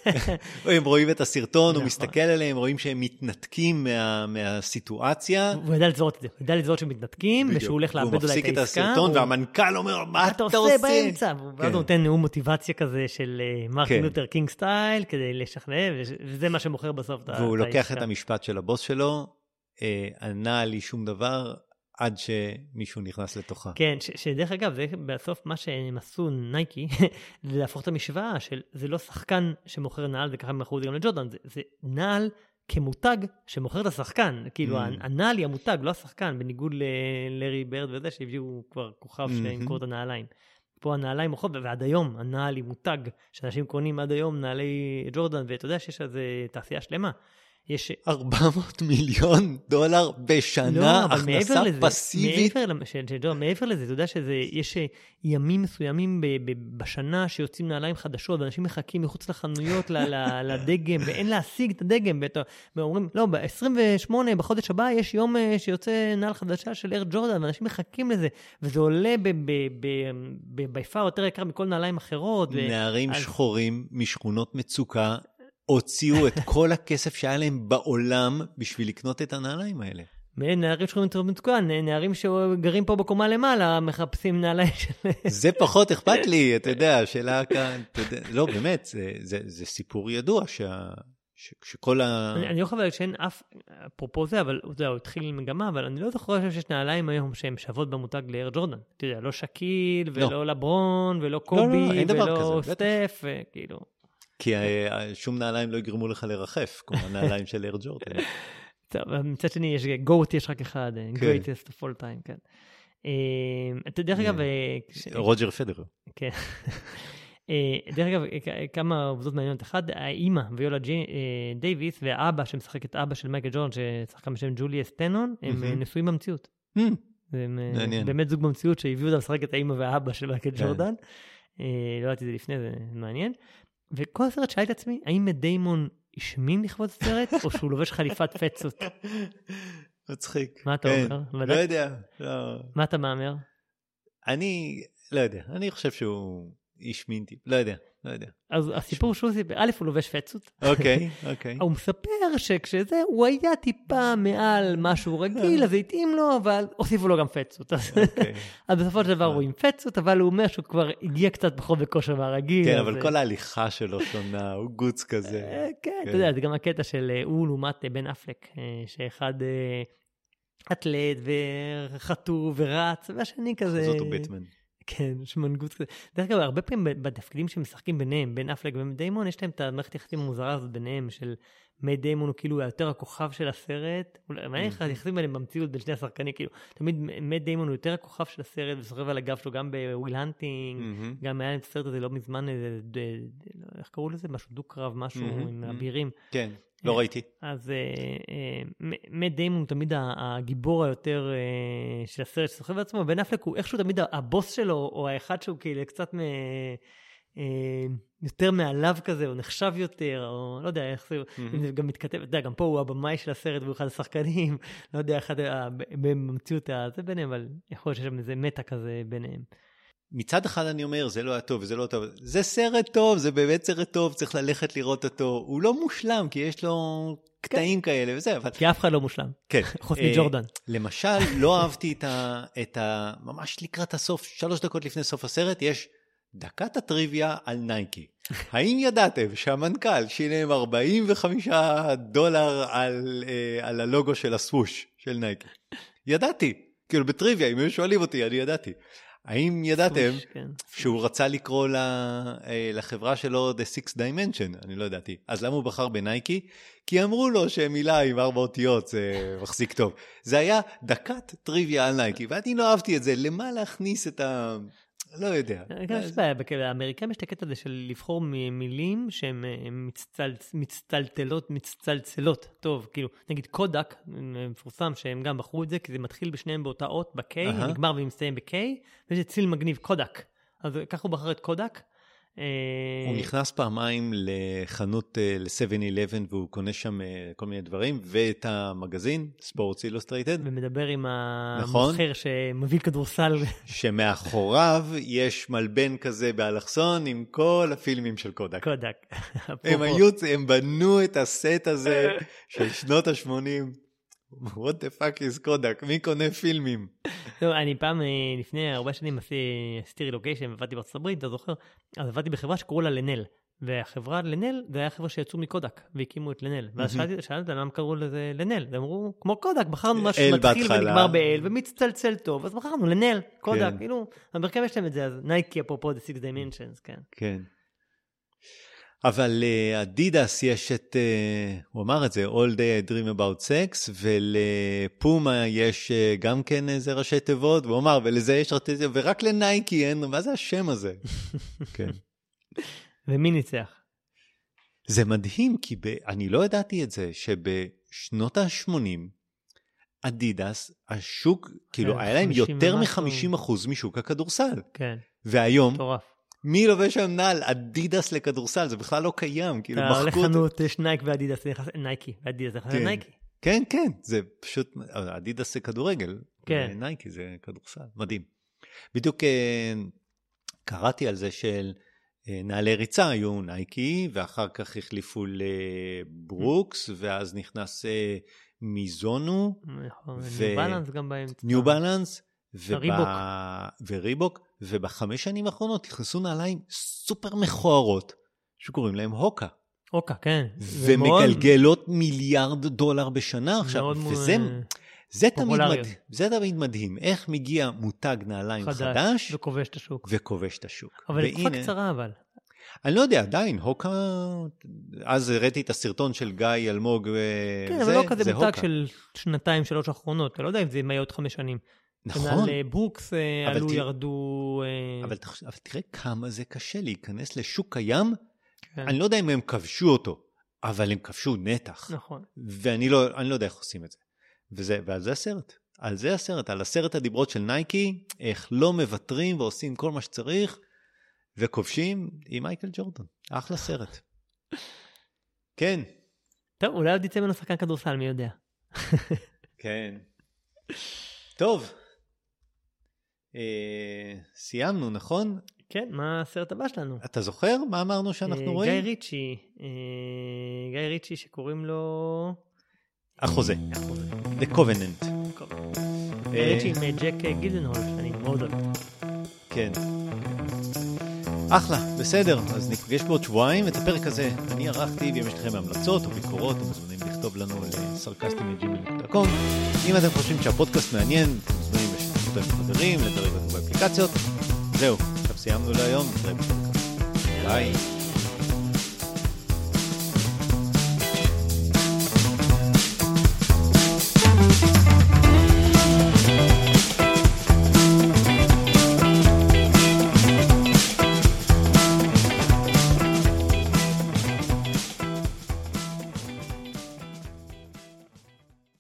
הם רואים את הסרטון, הוא מסתכל עליהם, רואים שהם מתנתקים מהסיטואציה. הוא ידע לזהות את זה, הוא ידע לזהות שהם מתנתקים, ושהוא הולך לאבד אולי את העסקה. והמנכ"ל אומר, מה אתה עושה באמצע? ואז הוא נותן נאום מוטיבציה כזה של מרטין לותר קינג סטייל, כדי לשכנע, וזה מה שמוכר בסוף את העסקה. והוא לוקח את המשפט של הבוס שלו, ענה לי שום דבר, עד שמישהו נכנס לתוכה. כן, שדרך אגב, זה בסוף מה שהם עשו נייקי, זה להפוך את המשוואה של, זה לא שחקן שמוכר נעל, וככה הם מכרו את זה גם לג'ורדן, זה נעל כמותג שמוכר את השחקן, כאילו הנעל היא המותג, לא השחקן, בניגוד ללארי ברד וזה, שהביאו כבר כוכב שימכור את הנעליים. פה הנעליים מוכרות, ועד היום הנעל היא מותג, שאנשים קונים עד היום נעלי ג'ורדן, ואתה יודע שיש איזו תעשייה שלמה, יש... ארבע מאות מיליון דולר בשנה, לא, הכנסה לזה, פסיבית. מעבר, ש, ש, מעבר לזה, אתה יודע שיש ימים מסוימים ב, ב, בשנה שיוצאים נעליים חדשות, ואנשים מחכים מחוץ לחנויות ל, ל, לדגם, ואין להשיג את הדגם, ואומרים, לא, ב-עשרים ושמונה בחודש הבא יש יום שיוצא נעל חדשה של אר ג'ורדן, ואנשים מחכים לזה, וזה עולה ביפר יותר יקר מכל נעליים אחרות. נערים ו... שחורים משכונות מצוקה, הוציאו את כל הכסף שהיה להם בעולם בשביל לקנות את הנעליים האלה. נערים שחורים מצוקה, נערים שגרים פה בקומה למעלה, מחפשים נעליים של... זה פחות אכפת לי, אתה יודע, שאלה כאן, לא, באמת, זה, זה, זה סיפור ידוע, שה, ש, שכל ה... אני, אני לא חושב שאין אף, אפרופו זה, אבל הוא התחיל עם מגמה, אבל אני לא זוכר שיש נעליים היום שהן שוות במותג לאר ג'ורדן. אתה יודע, לא שקיל, ולא לא. לברון, ולא קובי, לא, לא, ולא סטף, וכאילו... כי שום נעליים לא יגרמו לך לרחף, כמו הנעליים של אר ג'ורדן. טוב, מצד שני, יש גוט, יש רק אחד, greatest of all time, כן. אתה דרך אגב... רוג'ר פדרר. כן. דרך אגב, כמה עובדות מעניינות. אחד, האימא ויולה דייביס, והאבא שמשחק את אבא של מייקל ג'ורדן, ששחקה בשם ג'וליאס טנון, הם נשואים במציאות. הם באמת זוג במציאות שהביאו אותם לשחק את האימא והאבא של מייקל ג'ורדן. לא יודעתי את זה לפני, זה מעניין. וכל הסרט שאלתי את עצמי, האם דיימון השמין לכבוד הסרט, או שהוא לובש חליפת פצות? מצחיק. מה אתה אומר? לא יודע. מה אתה מאמר? אני, לא יודע. אני חושב שהוא השמין טיפ. לא יודע. לא יודע. אז הסיפור שהוא סיפר, א' הוא לובש פצות. אוקיי, אוקיי. הוא מספר שכשזה, הוא היה טיפה מעל משהו רגיל, אז זה התאים לו, אבל הוסיפו לו גם פצות. אז בסופו של דבר הוא עם פצות, אבל הוא אומר שהוא כבר הגיע קצת פחות בכושר מהרגיל. כן, אבל כל ההליכה שלו שונה, הוא גוץ כזה. כן, אתה יודע, זה גם הקטע של הוא לעומת בן אפלק, שאחד אתלט וחטוב ורץ, והשני כזה... זאת הוא בטמן. כן, שמנגות כזה. דרך אגב, הרבה פעמים בתפקידים שמשחקים ביניהם, בין אפלק ומדיימון, יש להם את המערכת יחסים המוזרה הזאת ביניהם, של מדיימון הוא כאילו יותר הכוכב של הסרט, מה איך היחסים ביניהם במציאות בין שני השחקנים, כאילו, תמיד מדיימון הוא יותר הכוכב של הסרט, וסוחב על הגב שלו גם בוויל הנטינג, גם היה להם את הסרט הזה לא מזמן, איך קראו לזה? משהו דו-קרב, משהו עם אבירים. כן. לא ראיתי. אז מאט דיימון הוא תמיד הגיבור היותר של הסרט שסוחב בעצמו, בן אפלק הוא איכשהו תמיד הבוס שלו, או האחד שהוא כאילו קצת יותר מעליו כזה, או נחשב יותר, או לא יודע איך זה גם מתכתב, אתה יודע, גם פה הוא הבמאי של הסרט, והוא אחד השחקנים, לא יודע, אחד במציאות הזה ביניהם, אבל יכול להיות שיש שם איזה מטה כזה ביניהם. מצד אחד אני אומר, זה לא היה טוב, זה לא טוב. זה סרט טוב, זה באמת סרט טוב, צריך ללכת לראות אותו. הוא לא מושלם, כי יש לו קטעים כאלה וזה. כי אף אחד לא מושלם. כן. חוץ מג'ורדן. למשל, לא אהבתי את ה... ממש לקראת הסוף, שלוש דקות לפני סוף הסרט, יש דקת הטריוויה על נייקי. האם ידעתם שהמנכ"ל שילם ארבעים וחמישה דולר על, על הלוגו של הסווש של נייקי? ידעתי. כאילו בטריוויה, אם הם שואלים אותי, אני ידעתי. האם ידעתם שהוא רצה לקרוא לחברה שלו The Six Dimension? אני לא ידעתי. אז למה הוא בחר בנייקי? כי אמרו לו שמילה עם ארבע אותיות זה מחזיק טוב. זה היה דקת טריוויה על נייקי, ואני לא אהבתי את זה. למה להכניס את ה... לא יודע. האמריקאים יש את הקטע הזה של לבחור מילים שהן מצטלטלות, מצטלצלות. טוב, כאילו, נגיד קודק, מפורסם שהם גם בחרו את זה, כי זה מתחיל בשניהם באותה אות, ב-K, נגמר ומסתיים ב-K, ויש ציל מגניב, קודק. אז ככה הוא בחר את קודק. הוא נכנס פעמיים לחנות ל-שבע אלף, והוא קונה שם כל מיני דברים, ואת המגזין, ספורטס אילוסטרייטד. ומדבר עם המוכר שמביא כדורסל. שמאחוריו יש מלבן כזה באלכסון, עם כל הפילמים של קודק. קודק. הם היו, הם בנו את הסט הזה של שנות ה-שמונים. What the fuck is קודק? מי קונה פילמים? אני פעם, לפני הרבה שנים, עשיתי רילוקיישן, עבדתי בארצות הברית, אתה זוכר? אז עבדתי בחברה שקראו לה לנל, והחברה לנל, זה היה חברה שיצאו מקודק, והקימו את לנל. ואז שאלתי למה קראו לזה לנל? הם אמרו, כמו קודק, בחרנו משהו שמתחיל ונגמר באל, ומצטלצל טוב, אז בחרנו לנל, קודק, כאילו, המרכב יש להם את זה, אז נייקי, אפרופו, The Six Dimensions, כן. כן. אבל לאדידס יש את, הוא אמר את זה, All Day I Dream About Sex, ולפומה יש גם כן איזה ראשי תיבות, והוא אמר, ולזה יש ראשי תיבות, ורק לנייקי אין, מה זה השם הזה? כן. ומי ניצח? זה מדהים, כי ב... אני לא ידעתי את זה, שבשנות ה-שמונים, אדידס, השוק, כאילו, היה להם יותר מ-חמישים אחוז משוק הכדורסל. כן. והיום, מטורף. מי לובש היום נעל? אדידס לכדורסל, זה בכלל לא קיים. כאילו, אתה הולך חנות, יש נייק ואדידס, נייקי, ואדידס, זה חנות נייקי. כן, כן, זה פשוט, אדידס זה כדורגל, כן. נייקי זה כדורסל, מדהים. בדיוק קראתי על זה של נעלי ריצה היו נייקי, ואחר כך החליפו לברוקס, ואז נכנס מיזונו, ניו בלנס גם באמצע. ניו בלנס, וריבוק. וריבוק, ובחמש שנים האחרונות נכנסו נעליים סופר מכוערות, שקוראים להם הוקה. הוקה, כן. ומגלגלות מיליארד דולר בשנה עכשיו, וזה זה תמיד מדהים, זה תמיד מדהים, איך מגיע מותג נעליים חדש, וכובש את השוק. וכובש את השוק. אבל לתקופה קצרה אבל. אני לא יודע, עדיין, הוקה, אז הראיתי את הסרטון של גיא אלמוג, כן, אבל לא כזה מותג של שנתיים, שלוש האחרונות, אתה לא יודע אם זה יהיה עוד חמש שנים. נכון. על ברוקס עלו, ירדו... אבל תראה כמה זה קשה להיכנס לשוק קיים, אני לא יודע אם הם כבשו אותו, אבל הם כבשו נתח. נכון. ואני לא, אני לא יודע איך עושים את זה. וזה, ועל זה הסרט. על זה הסרט, על הסרט הדיברות של נייקי, איך לא מוותרים ועושים כל מה שצריך, וכובשים עם מייקל ג'ורדן. אחלה סרט. כן. טוב, אולי עוד יצא ממנו שחקן כדורסל, מי יודע. כן. טוב. אה, סיימנו, נכון? כן, מה הסרט הבא שלנו? אתה זוכר? מה אמרנו שאנחנו רואים? גיא ריצ'י. גיא ריצ'י שקוראים לו... החוזה. The Covenant. גיא ריצ'י עם ג'ק גילדנהול, שאני מאוד אוהב. כן. אחלה, בסדר. אז נפגש בעוד שבועיים. את הפרק הזה אני ערכתי, ואם יש לכם המלצות או ביקורות, אתם מוזמנים לכתוב לנו לסרקסטים את ג'ימייל דוט קום. אם אתם חושבים שהפודקאסט מעניין, אתם מוזמנים לשתף אותו עם חברים, לדרג אותו באפליקציות. זהו, עכשיו סיימנו להיום, נתראה בפודקאסט. ביי.